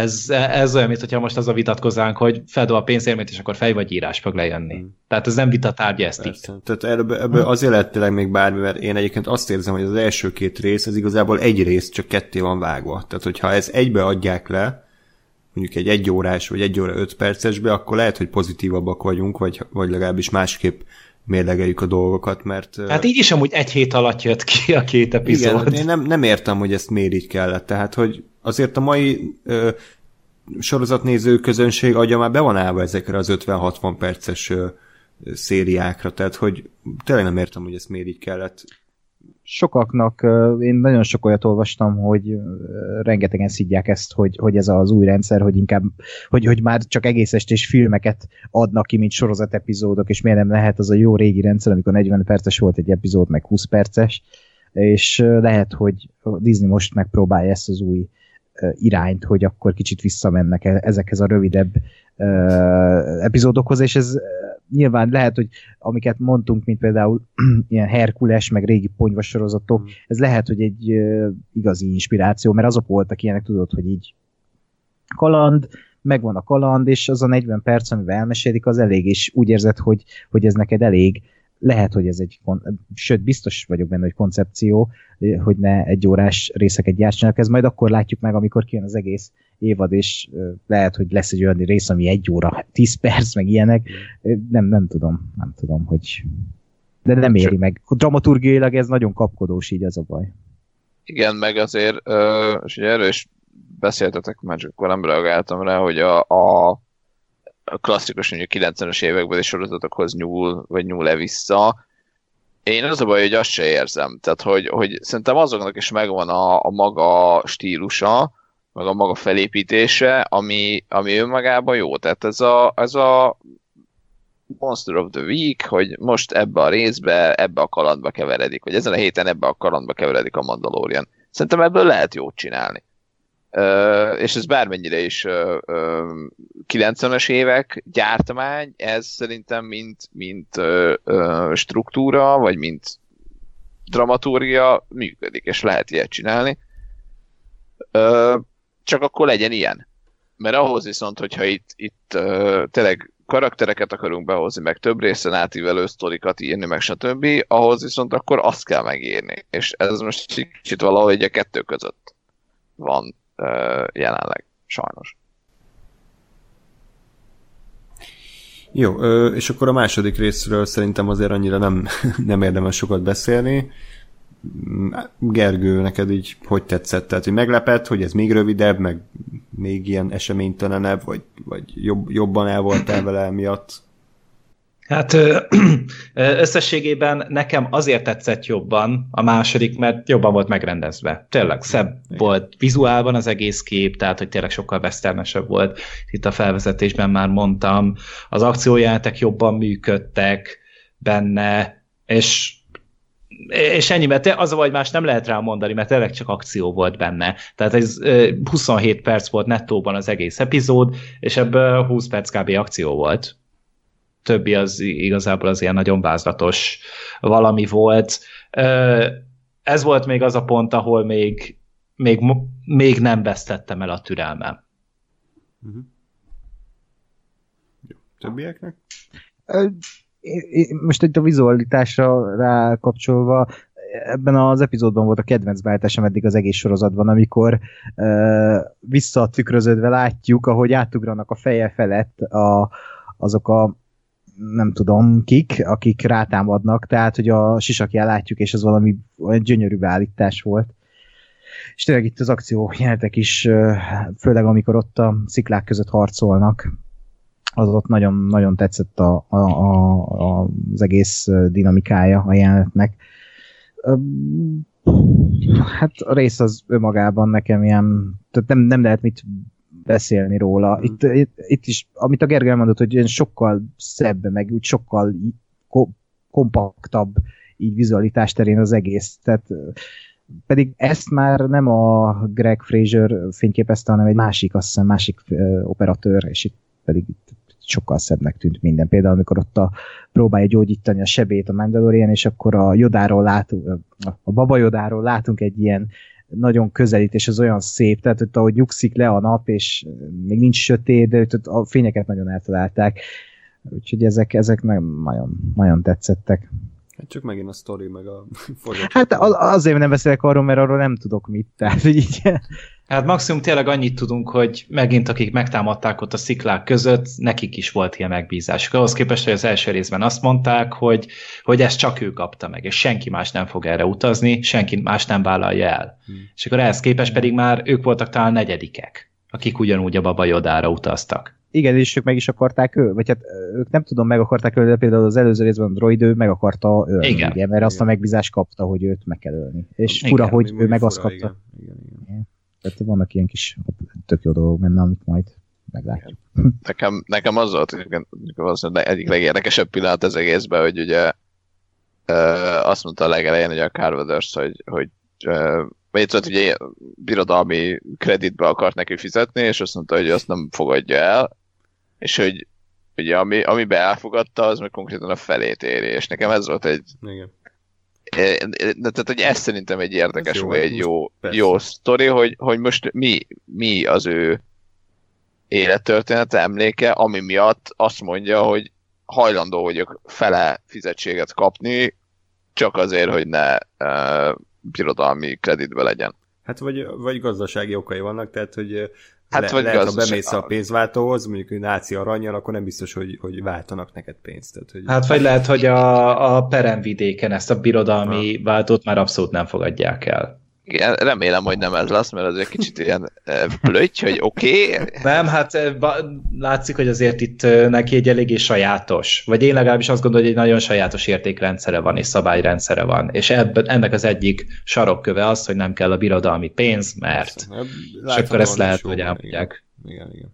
Speaker 2: Ez olyan, mint hogyha most az a vitatkozánk, hogy feldol a pénzérmét, és akkor fej vagy írás fog lejönni. Tehát ez nem vitatárgya ezt
Speaker 1: itt. Tehát ebből azért lehet tényleg még bármi, mert én egyébként azt érzem, hogy az első 2 rész, ez igazából egy rész, csak 2 van vágva. Tehát hogyha ez egybe adják le, mondjuk egy 1 órás, vagy 1 óra 5 percesbe, akkor lehet, hogy pozitívabbak vagyunk, vagy legalábbis másképp mérlegeljük a dolgokat, mert...
Speaker 2: Hát így is amúgy 1 hét alatt jött ki a 2 epizód.
Speaker 1: Igen, én nem értem, hogy ezt miért így kellett. Tehát, hogy azért a mai sorozatnéző közönség agya már be van állva ezekre az 50-60 perces szériákra, tehát, hogy tényleg nem értem, hogy ezt miért így kellett.
Speaker 3: Sokaknak, én nagyon sok olyat olvastam, hogy rengetegen szidják ezt, hogy ez az új rendszer, hogy inkább, hogy már csak egész estés filmeket adnak ki, mint sorozat epizódok, és miért nem lehet az a jó régi rendszer, amikor 40 perces volt egy epizód, meg 20 perces, és lehet, hogy Disney most megpróbálja ezt az új irányt, hogy akkor kicsit visszamennek ezekhez a rövidebb epizódokhoz, és ez nyilván lehet, hogy amiket mondtunk, mint például ilyen Herkules, meg régi ponyvas sorozatok, ez lehet, hogy egy igazi inspiráció, mert azok voltak ilyenek, tudod, hogy így kaland, megvan a kaland, és az a 40 perc, amivel elmesélik, az elég, és úgy érzed, hogy ez neked elég. Lehet, hogy ez sőt, biztos vagyok benne, hogy koncepció, hogy ne 1 órás részeket gyártsanak, ez majd akkor látjuk meg, amikor kijön az egész évad, és lehet, hogy lesz egy olyan rész, ami 1 óra, 10 perc, meg ilyenek. Nem tudom, hogy... De nem éri meg. Dramaturgiailag ez nagyon kapkodós, így az a baj.
Speaker 4: Igen, meg azért, és ugye erről is beszéltetek, már csak nem reagáltam rá, hogy a klasszikus, mondjuk 90-es évekbeli sorozatokhoz nyúl-e vissza. Én az a baj, hogy azt se érzem. Tehát, hogy szerintem azoknak is megvan a maga stílusa, meg a maga felépítése, ami önmagában jó. Tehát ez a Monster of the Week, hogy most ebbe a részbe, ebbe a kalandba keveredik, vagy ezen a héten ebbe a kalandba keveredik a Mandalorian. Szerintem ebből lehet jót csinálni. És ez bármennyire is 90-es évek gyártmány, ez szerintem mint struktúra, vagy mint dramaturgia működik, és lehet ilyet csinálni. Csak akkor legyen ilyen. Mert ahhoz viszont, hogyha itt tényleg karaktereket akarunk behozni, meg több részen átívelő sztorikat írni, meg stb., ahhoz viszont akkor azt kell megírni. És ez most kicsit valahogy a 2 között van jelenleg, sajnos.
Speaker 1: Jó, és akkor a második részről szerintem azért annyira nem érdemes sokat beszélni. Gergő, neked így hogy tetszett? Tehát, hogy meglepett, hogy ez még rövidebb, meg még ilyen eseménytelenebb, vagy jobban el voltál vele miatt?
Speaker 2: Hát összességében nekem azért tetszett jobban a második, mert jobban volt megrendezve. Tényleg szebb volt vizuálban az egész kép, tehát hogy tényleg sokkal westernesebb volt. Itt a felvezetésben már mondtam, az akciójelenetek jobban működtek benne, és ennyi, mert az a vagy más nem lehet rá mondani, mert tényleg csak akció volt benne. Tehát ez 27 perc volt nettóban az egész epizód, és ebből 20 perc kb. Akció volt. Többi az igazából az ilyen nagyon vázlatos valami volt. Ez volt még az a pont, ahol még nem vesztettem el a türelmem.
Speaker 1: Többieknek?
Speaker 3: Most itt a vizualitásra rákapcsolva, ebben az epizódban volt a kedvenc beállításom eddig az egész sorozatban, amikor visszatükröződve látjuk, ahogy átugranak a feje felett azok a nem tudom kik, akik rátámadnak, tehát, hogy a sisakján látjuk, és ez valami olyan gyönyörű beállítás volt. És tényleg itt az akció jelenetek is, főleg amikor ott a sziklák között harcolnak, az ott nagyon, nagyon tetszett az egész dinamikája a jelenetnek. Hát a rész az önmagában nekem ilyen, tehát nem lehet mit beszélni róla. Itt is, amit a Gergely mondott, hogy sokkal szebb, meg úgy sokkal kompaktabb így vizualitás terén az egész. Tehát pedig ezt már nem a Greg Fraser fényképezte, hanem egy másik, azt hiszem, másik operatőr, és itt pedig sokkal szebbnek tűnt minden. Például, amikor ott próbálja gyógyítani a sebét a Mandalorian, és akkor a Yodáról látunk, a Baba Yodáról látunk egy ilyen nagyon közelít, és az olyan szép, tehát ott ahogy nyugszik le a nap, és még nincs sötét, de ott a fényeket nagyon eltalálták. Úgyhogy ezek nagyon, nagyon tetszettek.
Speaker 1: Hát csak megint a sztori, meg a forgatás.
Speaker 3: Hát azért nem beszélek arról, mert arról nem tudok mit. Tehát, hogy így...
Speaker 2: Hát maximum tényleg annyit tudunk, hogy megint akik megtámadták ott a sziklák között, nekik is volt ilyen megbízásuk. Ahhoz képest, hogy az első részben azt mondták, hogy ezt csak ő kapta meg, és senki más nem fog erre utazni, senki más nem vállalja el. És akkor ehhez képest pedig már ők voltak talán negyedikek, akik ugyanúgy a Baba Yodára utaztak.
Speaker 3: Igen, és ők meg is akarták vagy hát ők nem tudom, meg akarták ölni, de például az előző részben a droid ő meg akarta ölni,
Speaker 2: igen.
Speaker 3: Ugye, mert azt a megbízást kapta, hogy őt meg kell ölni. És fura, hogy ő meg azt kapta.
Speaker 1: Igen.
Speaker 3: Tehát vannak ilyen kis tök jó dolgok benne, amit majd meglátjuk.
Speaker 4: Nekem az volt, hogy egyik legérdekesebb pillanat az egészben, hogy ugye azt mondta a legelején, hogy a Carl Weathers, hogy vagy tudod, ugye birodalmi kreditbe akart neki fizetni, és azt mondta, hogy azt nem fogadja el, és hogy ugye amiben elfogadta, az meg konkrétan a felét éri, és nekem ez volt egy...
Speaker 1: Igen.
Speaker 4: Tehát, hogy ez szerintem egy érdekes, vagy egy jó sztori, hogy most mi az ő élettörténete, emléke, ami miatt azt mondja, hogy hajlandó vagyok fele fizetséget kapni, csak azért, hogy ne birodalmi kreditbe legyen.
Speaker 1: Hát vagy gazdasági okai vannak, tehát hogy
Speaker 4: lehet,
Speaker 1: ha bemész a pénzváltóhoz, mondjuk, hogy náci aranyjal, akkor nem biztos, hogy váltanak neked pénzt. Tehát, hogy...
Speaker 2: Hát vagy lehet, hogy a peremvidéken ezt a birodalmi váltót már abszolút nem fogadják el.
Speaker 4: Igen, remélem, hogy nem ez lesz, mert azért kicsit ilyen plöty, hogy oké.
Speaker 2: Nem, hát látszik, hogy azért itt neki egy eléggé sajátos, vagy én legalábbis azt gondolom, hogy egy nagyon sajátos értékrendszere van, és szabályrendszere van, és ennek az egyik sarokköve az, hogy nem kell a birodalmi pénz, mert és akkor ezt lehet, hogy elmondják.
Speaker 1: Igen.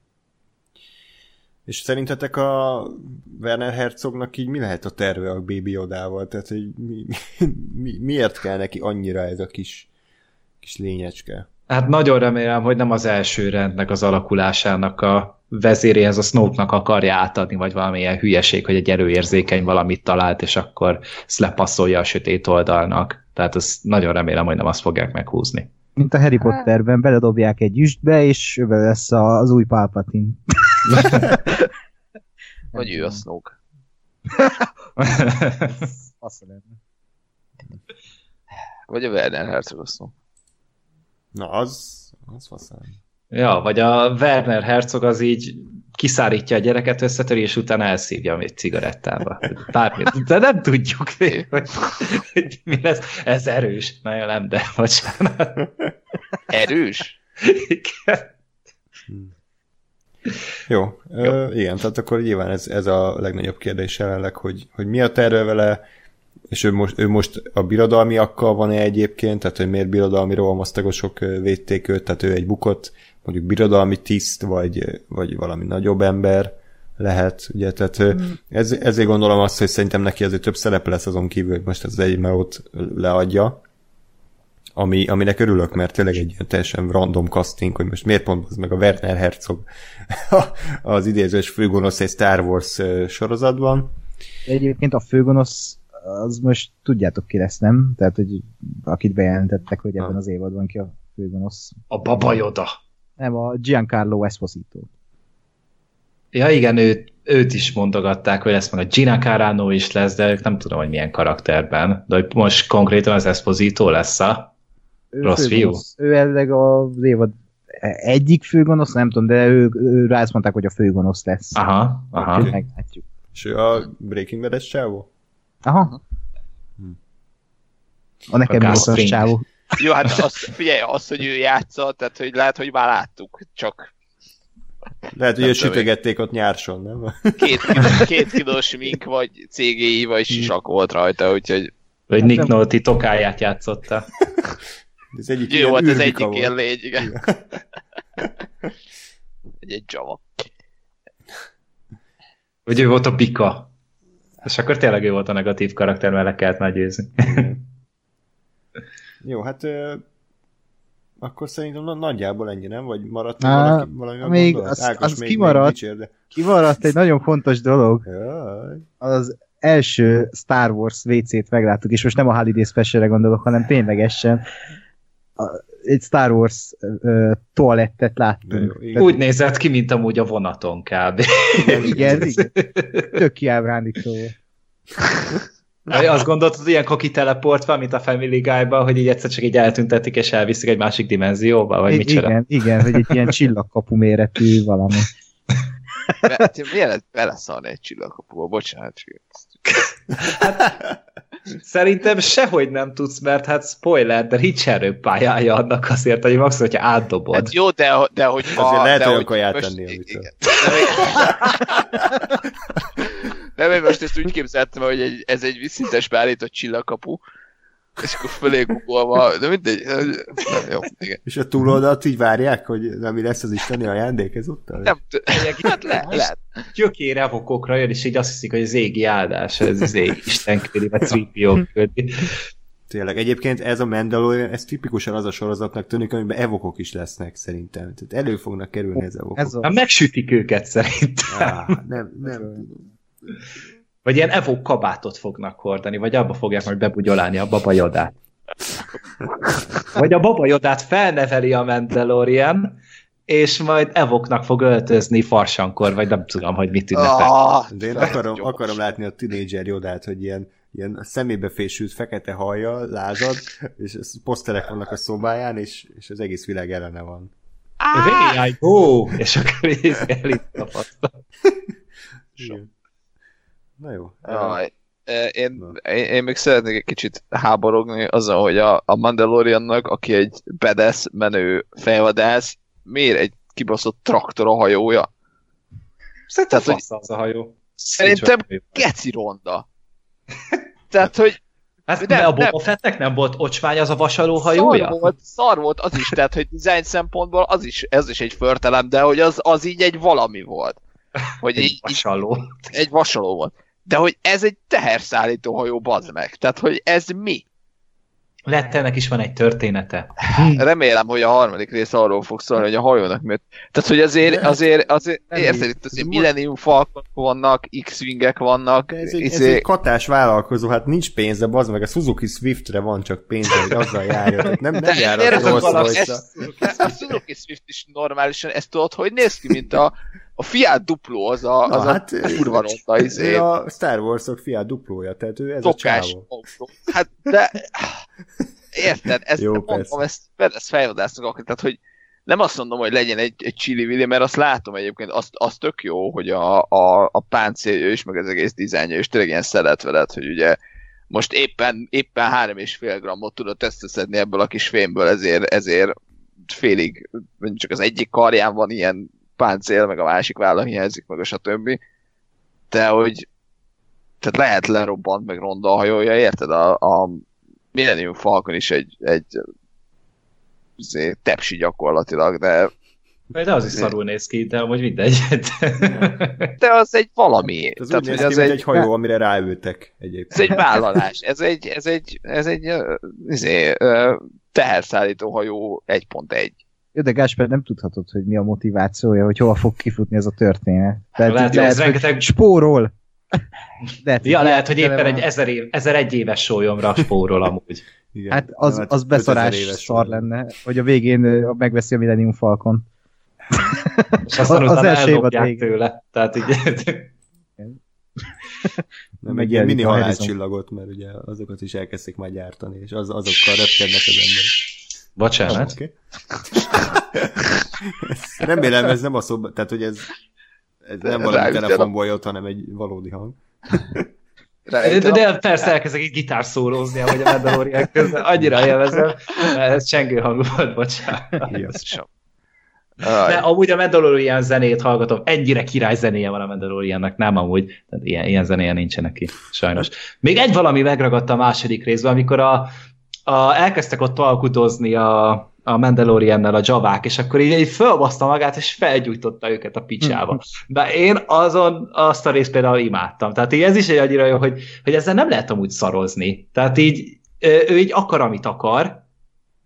Speaker 1: És szerintetek a Werner Herzognak így mi lehet a terve a Baby Yodával? Tehát, hogy miért kell neki annyira ez a kis lényecske?
Speaker 2: Hát nagyon remélem, hogy nem az első rendnek az alakulásának a vezéréhez a Snoke-nak akarja átadni, vagy valamilyen hülyeség, hogy egy erőérzékeny valamit talált, és akkor ezt lepasszolja a sötét oldalnak. Tehát azt nagyon remélem, hogy nem azt fogják meghúzni.
Speaker 3: Mint a Harry Potterben, beledobják egy üstbe, és ő lesz az új Palpatine.
Speaker 4: Vagy ő a Snoke. Vagy a Werner Herzog a Snoke.
Speaker 1: Na, az faszán.
Speaker 2: Ja, vagy a Werner Herzog az így kiszárítja a gyereket, összetöri, és utána elszívja egy cigarettába. Bármit. De nem tudjuk, hogy mi lesz. Ez erős. Nagyon nem, de bocsánat.
Speaker 4: Erős?
Speaker 2: Igen.
Speaker 1: Jó. Igen, tehát akkor nyilván ez a legnagyobb kérdés jelenleg, hogy mi a terve vele, és ő most a birodalmiakkal van-e egyébként, tehát hogy miért birodalmi rohamasztagosok védték őt, tehát ő egy bukott, mondjuk birodalmi tiszt, vagy valami nagyobb ember lehet, ugye, tehát ezért gondolom azt, hogy szerintem neki azért több szerepe lesz azon kívül, hogy most az egy melót leadja, aminek örülök, mert tényleg egy ilyen teljesen random casting, hogy most miért pont az meg a Werner Herzog az idézős főgonosz egy Star Wars sorozatban.
Speaker 3: Egyébként a főgonosz az most tudjátok ki lesz, nem? Tehát, hogy akit bejelentettek, hogy ebben az évadban ki a főgonosz.
Speaker 2: A Baba Yoda.
Speaker 3: Nem, a Giancarlo Esposito.
Speaker 2: Ja igen, őt is mondogatták, hogy lesz meg a Gina Carano is lesz, de ők nem tudom, hogy milyen karakterben. De hogy most konkrétan az Esposito lesz a rossz fiú.
Speaker 3: Ő elleg az évad egyik főgonosz, nem tudom, de ő rá azt mondták, hogy a főgonosz lesz.
Speaker 2: Aha.
Speaker 3: Meglátjuk.
Speaker 1: És ő a Breaking Bad-es csávó?
Speaker 3: Aha. A nekem volt a csávó.
Speaker 4: Jó, hát figyelj, hogy ő játsza, tehát hogy lehet, hogy már láttuk, csak...
Speaker 1: Lehet, hogy sütögették ott nyárson, nem?
Speaker 4: Két kilós mink, vagy CGI, vagy sisak volt rajta, úgyhogy...
Speaker 2: Vagy Nick Nolte tokáját játszotta.
Speaker 1: Ez egyik
Speaker 4: jó, hát ez egyik ilyen légy, igen. Egy Java.
Speaker 2: Vagy ő volt a Pika. És akkor tényleg ő volt a negatív karakter, mert le kellett már győzni.
Speaker 1: Jó, hát Akkor szerintem nagyjából ennyi, nem? Vagy maradt valami
Speaker 3: még
Speaker 1: gondolat?
Speaker 3: az kimaradt. Kimaradt egy nagyon fontos dolog.
Speaker 1: Jaj.
Speaker 3: Az első Star Wars WC-t megláttuk, és most nem a Holiday Specialre gondolok, hanem ténylegesen egy Star Wars toalettet láttunk.
Speaker 2: Úgy nézett ki, mint amúgy a vonaton kb.
Speaker 3: Igen. Tök kiábrándító.
Speaker 2: Azt gondoltad, hogy ilyen koki teleport van, mint a Family Guy-ban, hogy így egyszer csak így eltüntetik, és elviszik egy másik dimenzióba, vagy micsoda?
Speaker 3: Igen, hogy egy ilyen csillagkapu méretű valami.
Speaker 4: Mielőtt beleszarni egy csillagkapuba, bocsánat.
Speaker 2: Hát, szerintem sehogy nem tudsz, mert hát spoiler, de nincs erőpályája annak azért, hogy maximum, hogyha átdobod.
Speaker 4: Hát jó, de hogy
Speaker 1: azért lehet olyan kaját tenni, amit
Speaker 4: nem, most ezt úgy képzeltem, hogy ez egy vízszintes beállított csillagkapu, és akkor fölé googolva, de mindegy. Jó, igen.
Speaker 1: És a túloldalt így várják, hogy mi lesz az isteni ajándék ezúttal?
Speaker 4: Nem, hát lehet.
Speaker 2: Gyökér evokokra jön, és így azt hiszik, hogy az égi áldás, ez az égi Isten küldi, vagy 3PO küldi.
Speaker 1: Tényleg, egyébként ez a Mandalorian, ez tipikusan az a sorozatnak tűnik, amiben evokok is lesznek szerintem. Tehát elő fognak kerülni az evokok.
Speaker 2: Hát megsütik őket szerintem.
Speaker 1: Nem.
Speaker 2: Vagy ilyen evok kabátot fognak hordani, vagy abba fogják majd bebugyolálni a Baba Yodát. Vagy a Baba Yodát felneveli a Mandalorian, és majd evoknak fog öltözni farsankor, vagy nem tudom, hogy mit ünnepel.
Speaker 1: De én akarom látni a tínédzser Yodát, hogy ilyen szemébe fésült fekete hajjal, lázad, és poszterek vannak a szobáján, és az egész világ ellene van.
Speaker 2: És akkor így elít a fasztal.
Speaker 1: Na jó.
Speaker 4: Én még szeretnék egy kicsit háborogni azzal, hogy a Mandaloriannak, aki egy badass menő fejvadász, miért egy kibaszott traktor a hajója?
Speaker 2: Szerintem fasz az a hajó.
Speaker 4: Szerintem geci ronda. Tehát, hogy
Speaker 2: hát a Boba Fettnek nem volt ocsmány az a vasaló hajója?
Speaker 4: Szar volt az is, tehát, hogy design szempontból ez is egy förtelem, de hogy az így egy valami volt. Hogy
Speaker 2: egy vasaló.
Speaker 4: Egy vasaló volt. De hogy ez egy teherszállító hajó, bazd meg. Tehát, hogy ez mi?
Speaker 2: Lehet, ennek is van egy története.
Speaker 4: Remélem, hogy a harmadik rész arról fog szólni, hogy a hajónak miért. Tehát, hogy azért érted, itt azért Millennium Falcon vannak, X-Wingek vannak.
Speaker 1: Ez egy katás vállalkozó, hát nincs pénze, bazd meg, a Suzuki Swiftre van csak pénze, hogy azzal járja. Nem jár a Rolls-Royce-ra.
Speaker 4: A Suzuki Swift is normálisan, ezt tudod, hogy néz ki, mint a Fiat Duplo, az a kurva ronda.
Speaker 1: Ő a Star Wars-ok Fiat Duplója, tehát ő ez a csávó.
Speaker 4: Hát de érted, ezt fejvadásznak, tehát hogy nem azt mondom, hogy legyen egy chili-vili, mert azt látom egyébként, az tök jó, hogy a páncélja is, meg az egész dizájnja is tényleg ilyen szelet veled, hogy ugye most éppen 3,5 grammot tudott összeszedni ebből a kis fémből, ezért félig, csak az egyik karján van ilyen páncél, meg a másik válla hiányzik, meg a stb. De hogy tehát lehet lerobbant, meg ronda a hajója, érted? A Millennium Falcon is egy tepsi gyakorlatilag, de
Speaker 2: az is szarul néz ki, de amúgy mindegy.
Speaker 4: De az egy valami.
Speaker 1: Ez úgy néz ki, egy hajó, amire ráültek egyébként.
Speaker 4: Ez egy vállalás. Ez egy teherszállító hajó 1.1.
Speaker 3: Jó, de Gáspár, nem tudhatod, hogy mi a motivációja, hogy hova fog kifutni ez a történet. Tehát
Speaker 2: lehet, rengeteg
Speaker 3: spórol.
Speaker 2: Lehet, hogy éppen egy 1001 éves sólyomra spórol amúgy.
Speaker 3: Igen. Hát az beszarás szar lenne, hogy a végén megveszi a Millennium Falcon.
Speaker 2: És aztán utána eldobják tőle. Tehát így...
Speaker 1: Meg ilyen mini halálcsillagot, mert ugye azokat is elkezdték már gyártani, és azokkal repkednek az emberek.
Speaker 2: Bocsánat.
Speaker 1: Okay. Remélem ez nem a szoba, tehát hogy ez nem valami telefonból jött, hanem egy valódi hang.
Speaker 2: De persze elkezdek egy gitárszólózni, ahogy a Mandalorian közben. Annyira élvezem, ez csengő hangú volt, bocsánat. De amúgy a Mandalorian zenét hallgatom, ennyire király zenéje van a Mandaloriannak, nem amúgy, tehát ilyen zenéje nincsen neki, sajnos. Még egy valami megragadta a második részben, amikor elkezdtek ott alkudozni a Mandaloriannel a Javák, és akkor így fölbaszta magát, és felgyújtotta őket a picsába. De én azt a részt például imádtam. Tehát így ez is egy annyira jó, hogy ezzel nem lehet amúgy szarozni. Tehát így ő így akar, amit akar,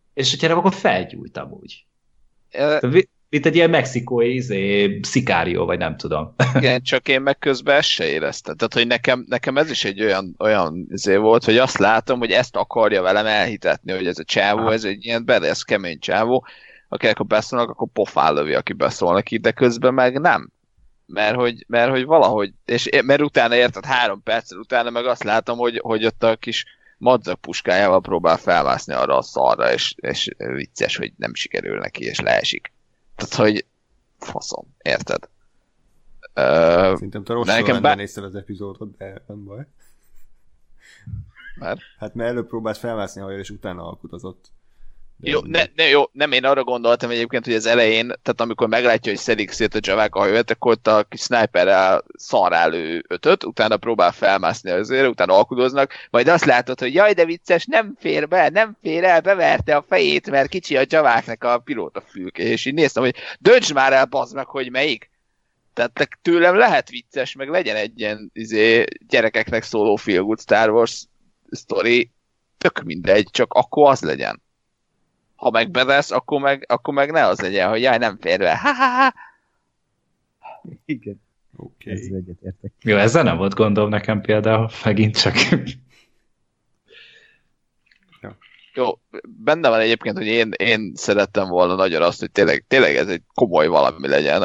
Speaker 2: És hogyha nem, akkor felgyújtam úgy. Mint egy ilyen mexikói szikárió, vagy nem tudom.
Speaker 4: Igen, csak én meg közben ezt se éreztem. Tehát, hogy nekem ez is egy olyan volt, hogy azt látom, hogy ezt akarja velem elhitetni, hogy ez a csávó, ez egy ilyen bedesz kemény csávó, akinek ha beszólnak, akkor pofán lövi, aki beszól neki, de közben meg nem. Mert hogy valahogy, mert utána érted 3 perccel utána meg azt látom, hogy ott a kis madzag puskájával próbál felmászni arra a szarra, és vicces, hogy nem sikerül neki, és leesik. Tehát, hogy faszom, érted?
Speaker 1: Szerintem te rosszul nézted az epizódot, de nem baj.
Speaker 4: Mert?
Speaker 1: Hát mert előbb próbált felmászni a hajra, és utána alkudozott.
Speaker 4: Jó, nem én arra gondoltam egyébként, hogy az elején, tehát amikor meglátja, hogy szedik szét a javák a hajót, akkor ott a kis sniperrel szarál ő 5-öt, utána próbál felmászni azért, utána alkudoznak, majd azt látod, hogy jaj, de vicces, nem fér el, beverte a fejét, mert kicsi a javáknak a pilóta fülke, és így néztem, hogy dönts már el, bazd meg, hogy melyik. Tehát tőlem lehet vicces, meg legyen egy ilyen gyerekeknek szóló feel good Star Wars sztori, tök mindegy, csak akkor az legyen. Ha meg bedesz, akkor meg ne az legyen, hogy jaj, nem fér be. Ha.
Speaker 3: Igen.
Speaker 1: Oké.
Speaker 3: Ezzel egyetértek.
Speaker 2: Jó, ezzel nem volt gondom nekem például, megint csak.
Speaker 4: Jó, benne van egyébként, hogy én szerettem volna nagyon azt, hogy tényleg ez egy komoly valami legyen,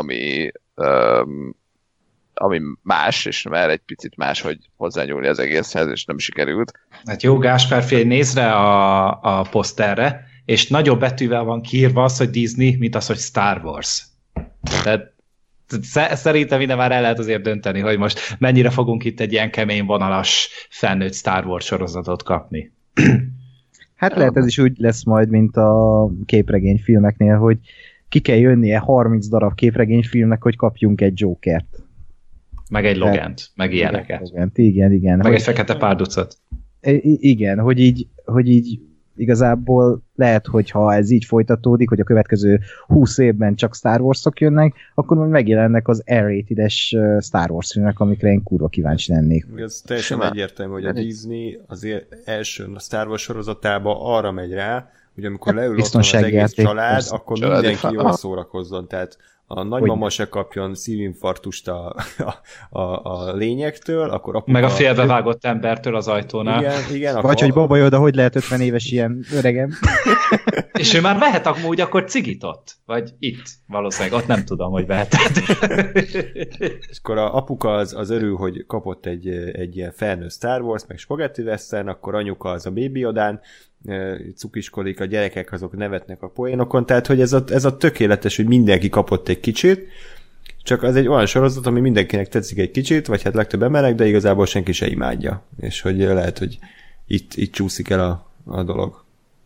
Speaker 4: ami más, és már egy picit más, hogy hozzányúlni az egészhez, és nem sikerült.
Speaker 2: Hát jó, Gáspár, figyelj, nézd rá a poszterre, és nagyobb betűvel van kiírva az, hogy Disney, mint az, hogy Star Wars. Tehát szerintem ide már el lehet azért dönteni, hogy most mennyire fogunk itt egy ilyen kemény vonalas felnőtt Star Wars sorozatot kapni.
Speaker 3: Hát lehet ez is úgy lesz majd, mint a képregényfilmeknél, hogy ki kell jönnie 30 darab képregényfilmnek, hogy kapjunk egy Jokert.
Speaker 2: Meg egy Logant, meg ilyeneket.
Speaker 3: Igen.
Speaker 2: Meg egy fekete párducot.
Speaker 3: Igen, hogy így igazából lehet, hogy ha ez így folytatódik, hogy a következő 20 évben csak Star Wars-ok jönnek, akkor majd megjelennek az R-rated-es Star Wars filmek, amikre én kurva kíváncsi lennék.
Speaker 1: Ez teljesen egyértelmű, hogy a Disney azért első a Star Wars sorozatába arra megy rá, hogy amikor leül otthon az egész család, akkor mindenki jól szórakozzon. Tehát a nagymama se kapjon szívinfarktust a lényektől, akkor
Speaker 2: meg a félbevágott embertől az ajtónál.
Speaker 1: Igen,
Speaker 3: vagy hogy Baba Yoda, hogy lehet 50 éves ilyen öregem.
Speaker 2: És ő már vehet amúgy akkor cigit ott? Vagy itt? Valószínűleg ott nem tudom, hogy vehetett.
Speaker 1: És akkor a apuka az örül, hogy kapott egy ilyen felnőtt Star Wars, meg spaghetti western, akkor anyuka az a Baby Yodán cukiskodik, a gyerekek azok nevetnek a poénokon, tehát hogy ez a tökéletes, hogy mindenki kapott egy kicsit, csak az egy olyan sorozat, ami mindenkinek tetszik egy kicsit, vagy hát legtöbb emberek, de igazából senki se imádja. És hogy lehet, hogy itt csúszik el a dolog.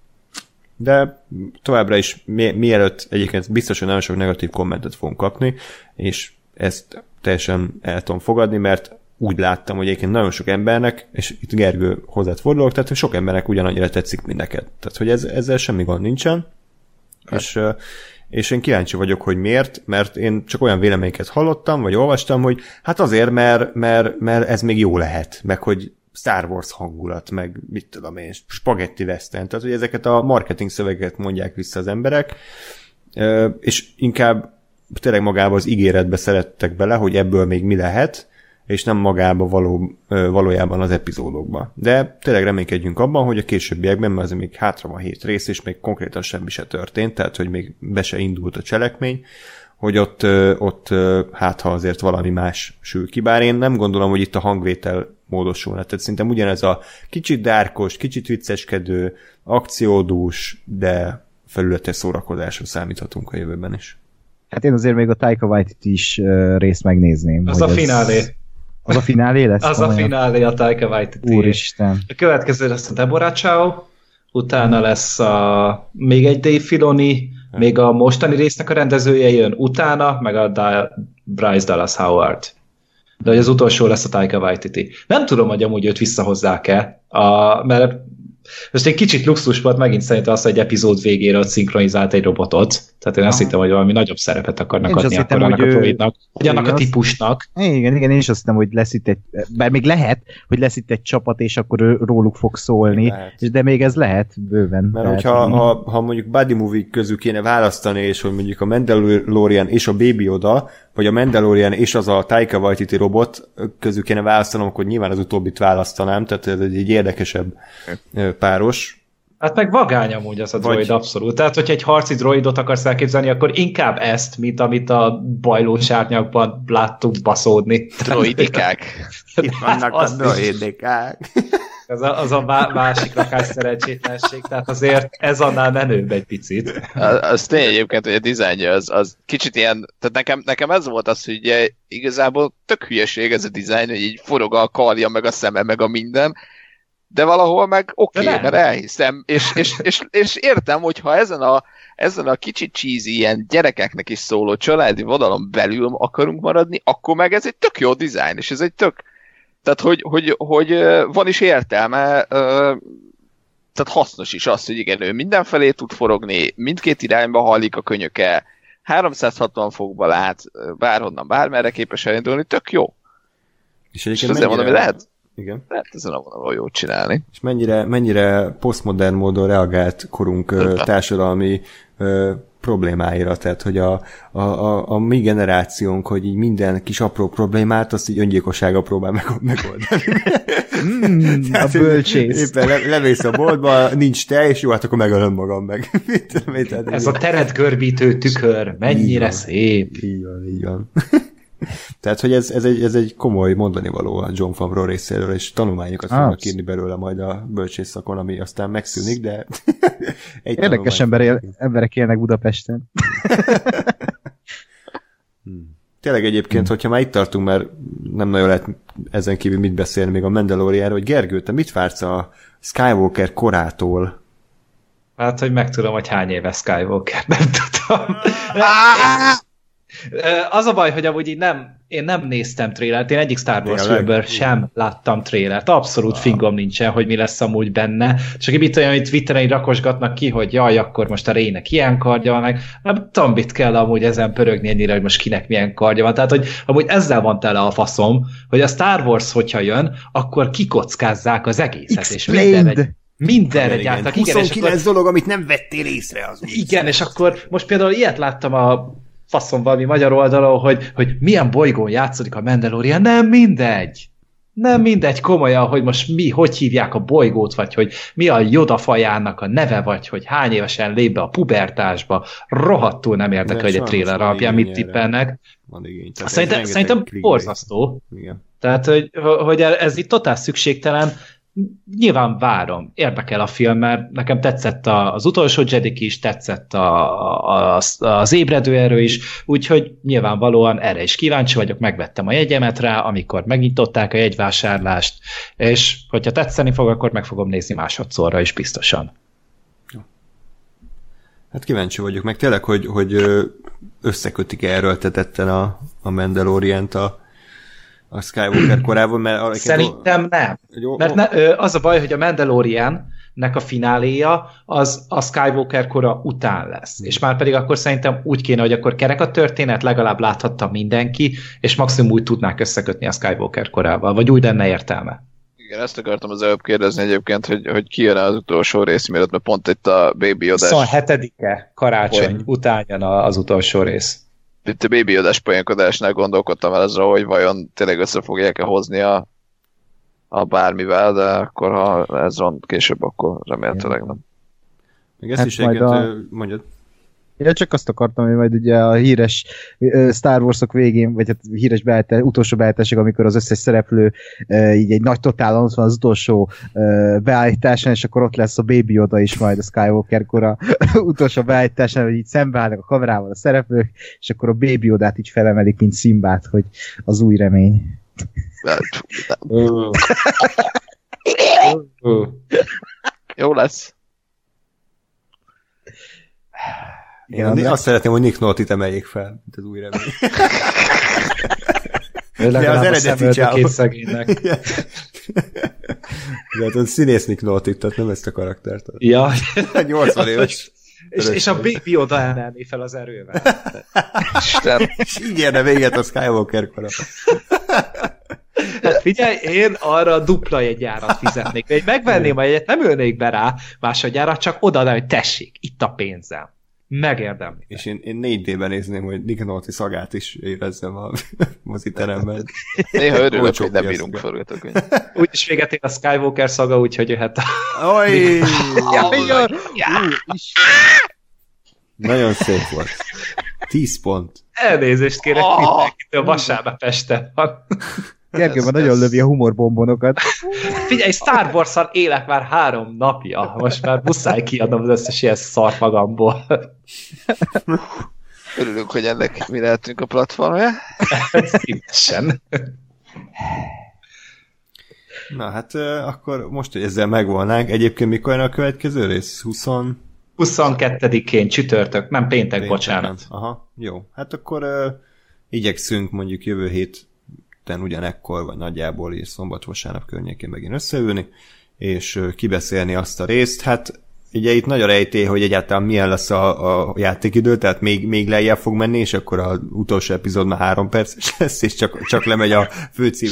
Speaker 1: De továbbra is mielőtt egyébként biztos, hogy nagyon sok negatív kommentet fogunk kapni, és ezt teljesen el tudom fogadni, mert úgy láttam, hogy egyébként nagyon sok embernek, és itt Gergő hozzád fordulok, tehát hogy sok embernek ugyanannyira tetszik, mint neked. Tehát, hogy ezzel semmi gond nincsen. És én kíváncsi vagyok, hogy miért, mert én csak olyan véleményeket hallottam, vagy olvastam, hogy hát azért, mert ez még jó lehet, meg hogy Star Wars hangulat, meg mit tudom én, spaghetti western, tehát hogy ezeket a marketing szövegeket mondják vissza az emberek, és inkább tényleg magába az ígéretbe szerettek bele, hogy ebből még mi lehet, és nem magába valójában az epizódokban. De tényleg reménykedjünk abban, hogy a későbbiekben, mert azért még hátra van 7 rész, és még konkrétan semmi se történt, tehát hogy még be se indult a cselekmény, hogy ott hát ha azért valami más sül ki. Bár én nem gondolom, hogy itt a hangvétel módosulna. Tehát szerintem ugyanez a kicsit dárkos, kicsit vicceskedő, akciódús, de felületes szórakozásra számíthatunk a jövőben is.
Speaker 3: Hát én azért még a Taika Waititi is részt megnézném.
Speaker 2: Az a finálé.
Speaker 3: Az a finálé lesz?
Speaker 2: Az a finálé a Taika Waititi.
Speaker 3: Úristen.
Speaker 2: A következő lesz a Deborah Chow, utána lesz még egy Dave Filoni, még a mostani résznek a rendezője jön utána, meg a Bryce Dallas Howard. De hogy az utolsó lesz a Taika Waititi. Nem tudom, hogy amúgy őt visszahozzák-e, mert most egy kicsit luxus volt megint szerintem az, hogy egy epizód végére ott szinkronizált egy robotot, Tehát én azt hittem, hogy valami nagyobb szerepet akarnak adni akkor annak a droidnak, vagy annak a típusnak.
Speaker 3: Igen, én is azt hittem, hogy lesz itt egy, bár még lehet, hogy lesz itt egy csapat, és akkor róluk fog szólni, de még ez lehet bőven.
Speaker 1: Mert hogyha ha mondjuk buddy movie közül kéne választani, és hogy mondjuk a Mandalorian és a Baby Yoda, vagy a Mandalorian és az a Taika Waititi robot közül kéne választanom, akkor nyilván az utóbbit választanám, tehát ez egy érdekesebb páros.
Speaker 2: Hát meg vagány amúgy az a droid, abszolút. Tehát, hogyha egy harci droidot akarsz elképzelni, akkor inkább ezt, mint amit a bajlós árnyakban láttuk baszódni.
Speaker 4: Droidikák.
Speaker 1: Itt vannak a droidikák.
Speaker 2: Az a másik rakás szerencsétlenség, tehát azért ez annál menőbb egy picit.
Speaker 4: Az tény egyébként, hogy a dizájnja az kicsit ilyen, tehát nekem ez volt az, hogy ugye igazából tök hülyeség ez a dizájn, hogy így forog a karja, meg a szeme, meg a minden, de valahol meg oké, mert elhiszem, és értem, hogyha ezen a kicsit cheesy ilyen gyerekeknek is szóló családi vonalon belül akarunk maradni, akkor meg ez egy tök jó dizájn, és ez egy tök, tehát hogy van is értelme, tehát hasznos is az, hogy igen, ő mindenfelé tud forogni, mindkét irányba hallik a könyöke, 360 fokba lát, bárhonnan, bármerre képes elindulni, tök jó.
Speaker 1: És
Speaker 4: azért mondom, hogy lehet
Speaker 1: igen.
Speaker 4: Lehet ezen a vonalon jót csinálni.
Speaker 1: És mennyire posztmodern módon reagált korunk társadalmi problémáira, tehát hogy a mi generációnk, hogy így minden kis apró problémát, azt így öngyilkossággal próbál megoldani.
Speaker 3: A bölcsész.
Speaker 1: Éppen levész a boltba, nincs te, és jó, hát akkor megölöm magam meg.
Speaker 2: Ez a teret görbítő tükör, mennyire szép.
Speaker 1: Így van. Tehát, hogy ez egy komoly mondani való a Jon Favreau részéről, és tanulmányokat fognak írni belőle majd a bölcsész szakon, ami aztán megszűnik, de
Speaker 3: érdekes emberek élnek Budapesten.
Speaker 1: Tényleg egyébként, hogyha már itt tartunk, mert nem nagyon lehet ezen kívül mit beszélni még a Mandalorianról, hogy Gergő, te mit vársz a Skywalker korától?
Speaker 2: Hát, hogy megtudom, hogy hány éve Skywalker, nem tudom. Az a baj, hogy amúgy én nem néztem trélert, én egyik Star Wars filmből sem láttam trélert. Abszolút fingom nincsen, hogy mi lesz amúgy benne. Csak itt olyan, hogy Twitteren így rakosgatnak ki, hogy jaj, akkor most a Reynek ilyen kardja van, meg nem tudom, mit kell amúgy ezen pörögni ennyire, hogy most kinek milyen kardja van. Tehát, hogy amúgy ezzel van tele a faszom, hogy a Star Wars, hogyha jön, akkor kikockázzák az egészet, és mindenre gyártak.
Speaker 1: 29 dolog, amit nem vettél észre az.
Speaker 2: Igen, és akkor most például ilyet láttam a faszom valami magyar oldalon, hogy milyen bolygón játszódik a Mandalorian, nem mindegy komolyan, hogy most hogy hívják a bolygót, vagy hogy mi a Yoda fajának a neve, vagy hogy hány évesen lép be a pubertásba, rohadtul nem érdekel, hogy egy trailer alapján mit tippelnek. Szerintem borzasztó. Tehát, hogy ez itt totál szükségtelen. Nyilván várom, érdekel a film, mert nekem tetszett az utolsó Jedik is, tetszett az ébredő erő is, úgyhogy nyilvánvalóan erre is kíváncsi vagyok, megvettem a jegyemet rá, amikor megnyitották a jegyvásárlást, és hogyha tetszeni fog, akkor meg fogom nézni másodszorra is biztosan.
Speaker 1: Hát kíváncsi vagyok, meg tényleg, hogy összekötik erőltetetten a Mandalorient a Skywalker korával, mert...
Speaker 2: Szerintem nem. Mert az a baj, hogy a Mandaloriannek a fináléja az a Skywalker kora után lesz. És már pedig akkor szerintem úgy kéne, hogy akkor kerek a történet, legalább láthatta mindenki, és maximum úgy tudnák összekötni a Skywalker korával, vagy úgy lenne értelme.
Speaker 4: Igen, ezt akartam az előbb kérdezni egyébként, hogy ki jön az utolsó rész miatt, mert pont itt a Baby Yoda-s...
Speaker 2: 27-e karácsony után jön az utolsó rész.
Speaker 4: Itt a Baby Yoda-s poénkodásnál gondolkodtam el ezzel, hogy vajon tényleg össze fogják-e hozni a bármivel, de akkor ha ez van később, akkor remélhetőleg nem.
Speaker 1: Még ezt is mondjad.
Speaker 3: Ja, csak azt akartam, hogy majd ugye a híres Star Wars-ok végén, vagy hát híres utolsó beállítások, amikor az összes szereplő így egy nagy totálon ott van az utolsó beállításon, és akkor ott lesz a Baby Yoda is majd a Skywalker kora utolsó beállításán, hogy így szembeállnak a kamerával a szereplők, és akkor a Baby Yodát így felemelik, mint Szimbát, hogy az új remény.
Speaker 4: Jó lesz.
Speaker 1: Én azt szeretném, hogy Nick Nolte-t emeljék fel, mint az új remény.
Speaker 2: De az eredeti csáó.
Speaker 1: De hát színész Nick Nolte-t, tehát nem ezt a karaktert.
Speaker 2: Ja.
Speaker 1: 80 éves.
Speaker 2: És a Baby oda emelné fel az erővel.
Speaker 4: Isten.
Speaker 1: És így érne véget a Skywalker kora.
Speaker 2: Hát figyelj, én arra dupla jegyárat fizetnék. De megvenném a jegyet, nem ülnék be rá másodjára, csak odaadnám, hogy tessék, itt a pénzem. Megérdemli.
Speaker 1: És én 4D-ben nézném, hogy Nick Nolte szagát is érezzem a moziteremben.
Speaker 4: Néha örülök, hogy nem írunk forgatókönyvet.
Speaker 2: Úgyis véget ér a Skywalker szaga, úgyhogy jöhet a...
Speaker 1: Oj!
Speaker 3: Ja.
Speaker 1: Nagyon szép volt. 10 pont.
Speaker 2: Elnézést kérek mindenkitől, vasárnap este van.
Speaker 3: Gergőben nagyon lövi a humorbombonokat.
Speaker 2: Figyelj, Star Wars-szal élek már 3 napja. Most már muszáj kiadnom az összes ilyen szart magamból.
Speaker 4: Örülünk, hogy ennek mi lehetünk a platformja.
Speaker 2: Szívesen.
Speaker 1: Na hát akkor most, hogy ezzel megvolnánk, egyébként mikor jön a következő rész?
Speaker 2: 22-én csütörtök, nem péntek, bocsánat.
Speaker 1: Aha, jó. Hát akkor igyekszünk mondjuk jövő héten ugyanekkor, vagy nagyjából is szombat-vasárnap környékén megint összeülni, és kibeszélni azt a részt. Hát ugye itt nagy a rejtély, hogy egyáltalán milyen lesz a játékidő, tehát még lejjebb fog menni, és akkor az utolsó epizód már 3 perces lesz, és csak lemegy a főcím.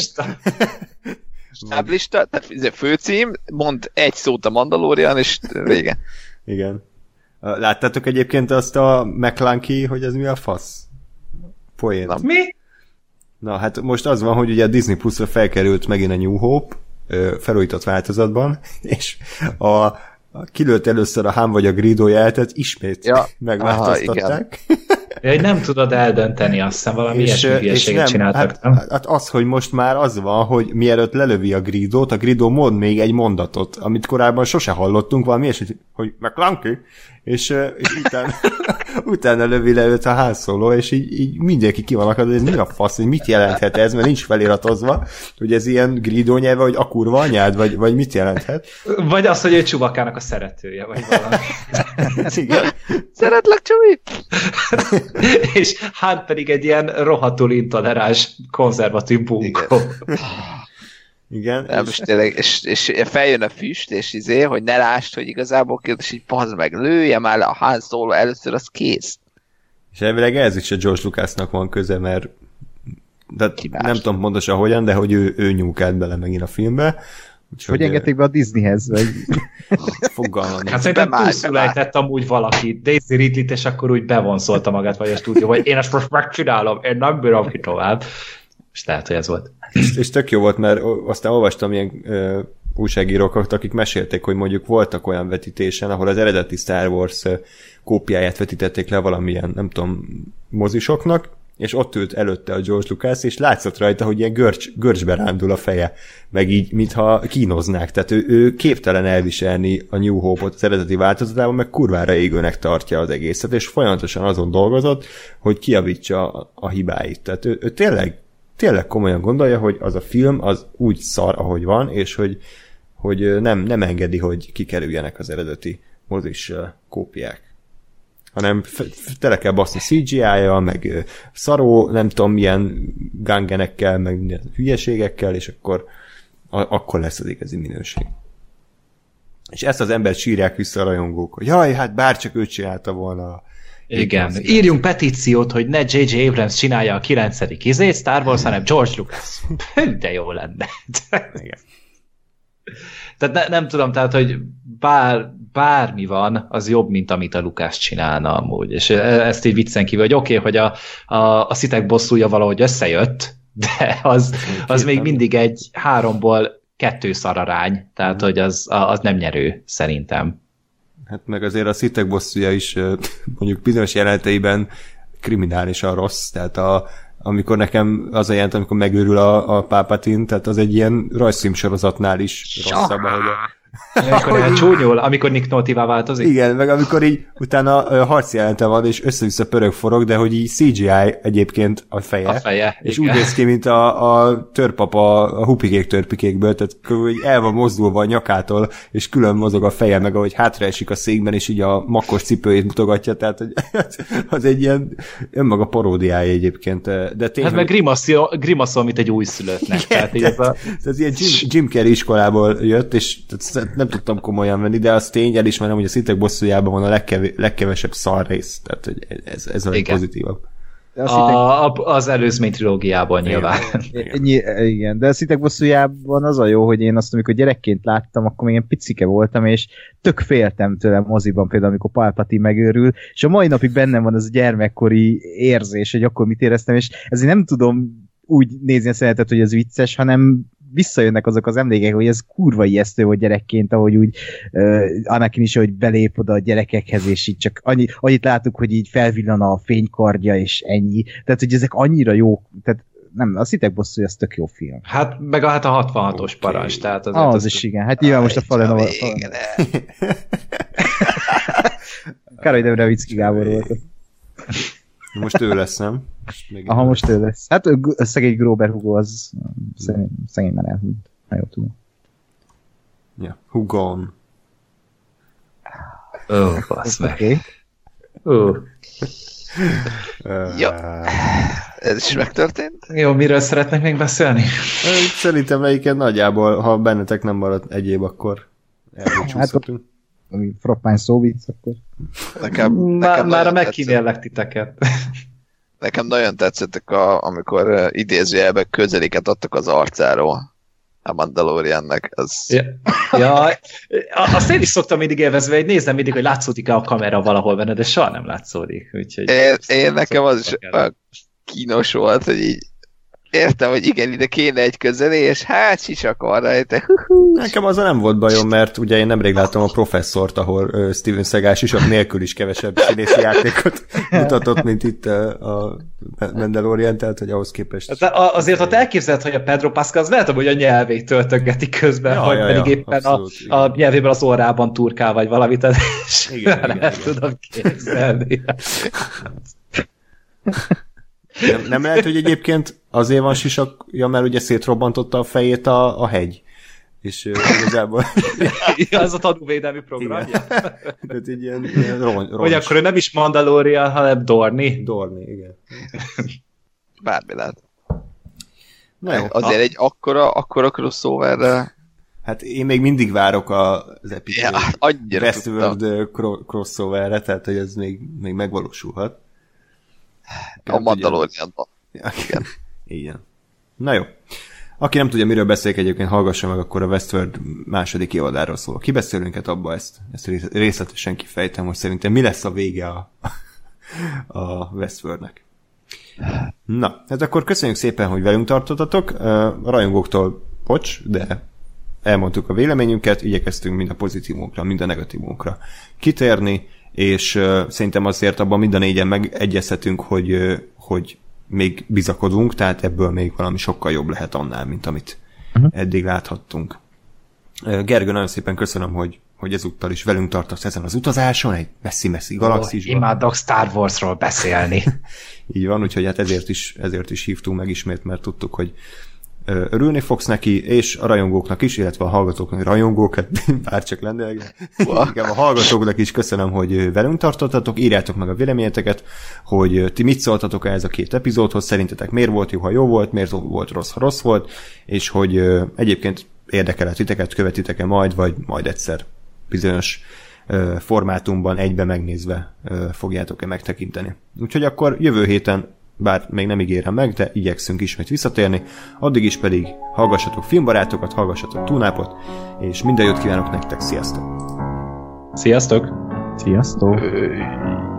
Speaker 4: Stáblista, tehát főcím, mond egy szót a Mandalorian, és vége.
Speaker 1: Igen. Láttátok egyébként azt a McClunky, hogy ez mi a fasz? Poén.
Speaker 2: Mi?
Speaker 1: Na, hát most az van, hogy ugye a Disney Plus-ra felkerült megint a New Hope, felújított változatban, és kilőtt először a Han vagy a Greedo jelentet, ismét megváltoztatták.
Speaker 2: Hogy nem tudod eldönteni, azt hiszem valami ilyesmi hülyeséget csináltak.
Speaker 1: Hát az, hogy most már az van, hogy mielőtt lelövi a Greedót, a Greedo mond még egy mondatot, amit korábban sose hallottunk, valami ilyesmi, hogy McClunky, és utána lövi le őt a Han Solo, és így mindenki ki van akad, hogy ez mi a fasz, hogy mit jelenthet ez, mert nincs feliratozva, hogy ez ilyen Greedo nyelve, hogy a kurva anyád, vagy mit jelenthet.
Speaker 2: Vagy az, hogy ő Chewbacca-nak a szeretője, vagy valami.
Speaker 1: Igen.
Speaker 4: Szeretlek, Chewie!
Speaker 2: És Han pedig egy ilyen rohadtul intoleráns, konzervatív bunkó.
Speaker 1: Igen.
Speaker 4: Nem, és tényleg, és feljön a füst, és hogy ne lásd, hogy igazából és így pazd meg, lője már le a Han Solo először, az kész.
Speaker 1: És elvileg ez is a George Lucasnak van köze, mert nem tudom pontosan hogyan, de hogy ő nyúkált bele megint a filmbe.
Speaker 3: Hogy engedték be a Disneyhez? Vagy...
Speaker 1: Fogalmam.
Speaker 2: Hát szerintem túlszülejtett amúgy valaki Daisy Ridley-t, és akkor úgy bevonszolta magát vagy a stúdió, hogy én ezt most megcsinálom, én nem bírom ki tovább. És lehet, hogy ez volt.
Speaker 1: És tök jó volt, mert aztán olvastam ilyen újságírókat, akik mesélték, hogy mondjuk voltak olyan vetítésen, ahol az eredeti Star Wars kópiáját vetítették le valamilyen, nem tudom, mozisoknak, és ott ült előtte a George Lucas, és látszott rajta, hogy ilyen görcsbe rándul a feje, meg így, mintha kínoznák. Tehát ő képtelen elviselni a New Hope-ot az eredeti változatában, meg kurvára égőnek tartja az egészet, és folyamatosan azon dolgozott, hogy kijavítsa a hibáit. Tehát ő tényleg komolyan gondolja, hogy az a film az úgy szar, ahogy van, és hogy nem engedi, hogy kikerüljenek az eredeti mozis kópiák. Hanem tele kell baszni CGI-jal, meg szaró, nem tudom milyen gangenekkel, meg milyen hülyeségekkel, és akkor lesz az igazi minőség. És ezt az embert sírják vissza a rajongók, hogy jaj, hát bárcsak ő csinálta volna.
Speaker 2: Igen, írjunk petíciót, hogy ne J.J. Abrams csinálja a 9. Star Wars, hanem George Lucas. De jó lenne.
Speaker 1: Igen.
Speaker 2: Tehát nem tudom, tehát, hogy bármi van, az jobb, mint amit a Lucas csinálna amúgy. És ezt így viccen kívül, hogy oké, hogy a szitek bosszúja valahogy összejött, de az még mindig egy 3-ból 2 szararány, tehát hogy az nem nyerő, szerintem.
Speaker 1: Hát meg azért a szitek bosszúja is mondjuk bizonyos jeleneteiben kriminálisan rossz, tehát amikor nekem az a jelent, amikor megőrül a Palpatine, tehát az egy ilyen rajzfilmsorozatnál is rosszabb,
Speaker 2: Amikor elcsúnyul, amikor Nick Nolte-vá változik.
Speaker 1: Igen, meg amikor így utána harci jelente van, és össze-vissza pörög forog, de hogy így CGI egyébként a feje és igen. Úgy néz ki, mint a törpapa a hupikék törpikékből, tehát hogy el van mozdulva a nyakától, és külön mozog a feje, meg ahogy hátraesik a székben, és így a makkos cipőjét mutogatja, tehát hogy az egy ilyen önmaga paródiája egyébként. De tényleg,
Speaker 2: hát meg grimaszol, mint egy újszülöttnek.
Speaker 1: Tehát ez ilyen Jim Carrey iskolából jött, és nem tudtam komolyan venni, de az tény, elismerem, hogy a Szitek bosszújában van a legkevesebb szar rész, tehát hogy ez a legpozitívabb.
Speaker 2: Az előzmény trilógiában nyilván.
Speaker 3: Igen, de a Szitek bosszújában az a jó, hogy én azt, amikor gyerekként láttam, akkor még ilyen picike voltam, és tök féltem tőle moziban, például amikor Palpatine megőrül, és a mai napig bennem van az a gyermekkori érzés, hogy akkor mit éreztem, és ezért nem tudom úgy nézni a szeretet, hogy ez vicces, hanem visszajönnek azok az emlékek, hogy ez kurva ijesztő volt gyerekként, ahogy úgy Anakin is, hogy belép oda a gyerekekhez, és így csak annyit láttuk, hogy így felvillan a fénykardja, és ennyi. Tehát, hogy ezek annyira jók, tehát nem, a Szitek bosszúja, ez tök jó film.
Speaker 2: Hát, meg a 66-os parancs, tehát
Speaker 3: az is igen, hát nyilván most a Fallen Kár, hogy nem Revicki Gábor volt.
Speaker 1: Most ő lesz, nem?
Speaker 3: Aha, most ő lesz. Hát szegény Grover Hugo az szegény már elhúnyt. Ha jól tudom.
Speaker 1: Ja, Hugon.
Speaker 2: Bassz meg.
Speaker 4: Jó. Ez is megtörtént?
Speaker 2: Jó, miről szeretnek még beszélni?
Speaker 1: Szerintem melyiket nagyjából, ha bennetek nem maradt egyéb, akkor elbúcsúzhatunk.
Speaker 3: Ami frappány szóvic, akkor...
Speaker 4: Nekem
Speaker 2: már megkímélek titeket.
Speaker 4: Nekem nagyon tetszettek, amikor idézőjelben közeliket adtak az arcáról a Mandaloriannek.
Speaker 2: Azt én is szoktam mindig élvezve, hogy nézem mindig, hogy látszódik-e a kamera valahol benne, de soha nem látszódik. Úgyhogy
Speaker 4: én nekem az is kínos volt, hogy így értem, hogy igen, ide kéne egy közelés, hát sisak van rajta.
Speaker 1: Nekem azzal nem volt bajom, mert ugye én nemrég láttam a Professzort, ahol Steven Seagal sisak nélkül is kevesebb színészi játékot mutatott, mint itt a Mandalorian, tehát hogy ahhoz képest.
Speaker 2: Azért, ha te elképzeled, hogy a Pedro Pascal az lehet, hogy a nyelvét töltögeti közben, hogy pedig éppen abszolút, a nyelvében az orrában turkál, vagy valamit, és igen. tudom képzelni.
Speaker 1: Nem lehet, hogy egyébként azért van sisakja, mert ugye szétrobbantotta a fejét a hegy. És igazából...
Speaker 2: az a tanúvédelmi programja.
Speaker 1: Tehát így ilyen roncs.
Speaker 2: Hogy akkor ő nem is Mandalorian, hanem Dorni.
Speaker 1: Dorni, igen.
Speaker 4: Bármi lehet.
Speaker 1: Na jó.
Speaker 4: Azért egy akkora crossoverre...
Speaker 1: Hát én még mindig várok az Epic Westworld crossoverre, tehát hogy ez még megvalósulhat.
Speaker 4: A Mandalorianban.
Speaker 1: Igen. Igen. Na jó. Aki nem tudja, miről beszéljük egyébként, hallgassa meg akkor a Westworld második évadáról szóló kibeszélőnket, abba ezt részletesen kifejtem, hogy szerintem mi lesz a vége a Westworldnek. Na, hát akkor köszönjük szépen, hogy velünk tartottatok. A rajongóktól bocs, de elmondtuk a véleményünket, igyekeztünk mind a pozitívunkra, mind a negatívunkra kitérni, és szerintem azért abban mind a négyen megegyezhetünk, hogy még bizakodunk, tehát ebből még valami sokkal jobb lehet annál, mint amit eddig láthattunk. Gergő, nagyon szépen köszönöm, hogy ezúttal is velünk tartasz ezen az utazáson, egy messzi-messzi galaxisban.
Speaker 2: Imádok Star Warsról beszélni.
Speaker 1: Így van, úgyhogy hát ezért is hívtunk meg ismét, mert tudtuk, hogy örülni fogsz neki, és a rajongóknak is, illetve a hallgatóknak, rajongókat, bárcsak lenne. Igen, a hallgatóknak is köszönöm, hogy velünk tartottatok, írjátok meg a véleményeteket, hogy ti mit szóltatok ehhez a két epizódhoz, szerintetek miért volt jó, ha jó volt, miért volt rossz, ha rossz volt, és hogy egyébként érdekel titeket, követitek-e vagy majd egyszer bizonyos formátumban egybe megnézve fogjátok-e megtekinteni. Úgyhogy akkor jövő héten, bár még nem ígérem meg, de igyekszünk ismét visszatérni, addig is pedig hallgassatok filmbarátokat, hallgassatok túnápot, és minden jót kívánok nektek, sziasztok!
Speaker 2: Sziasztok!
Speaker 3: Sziasztok!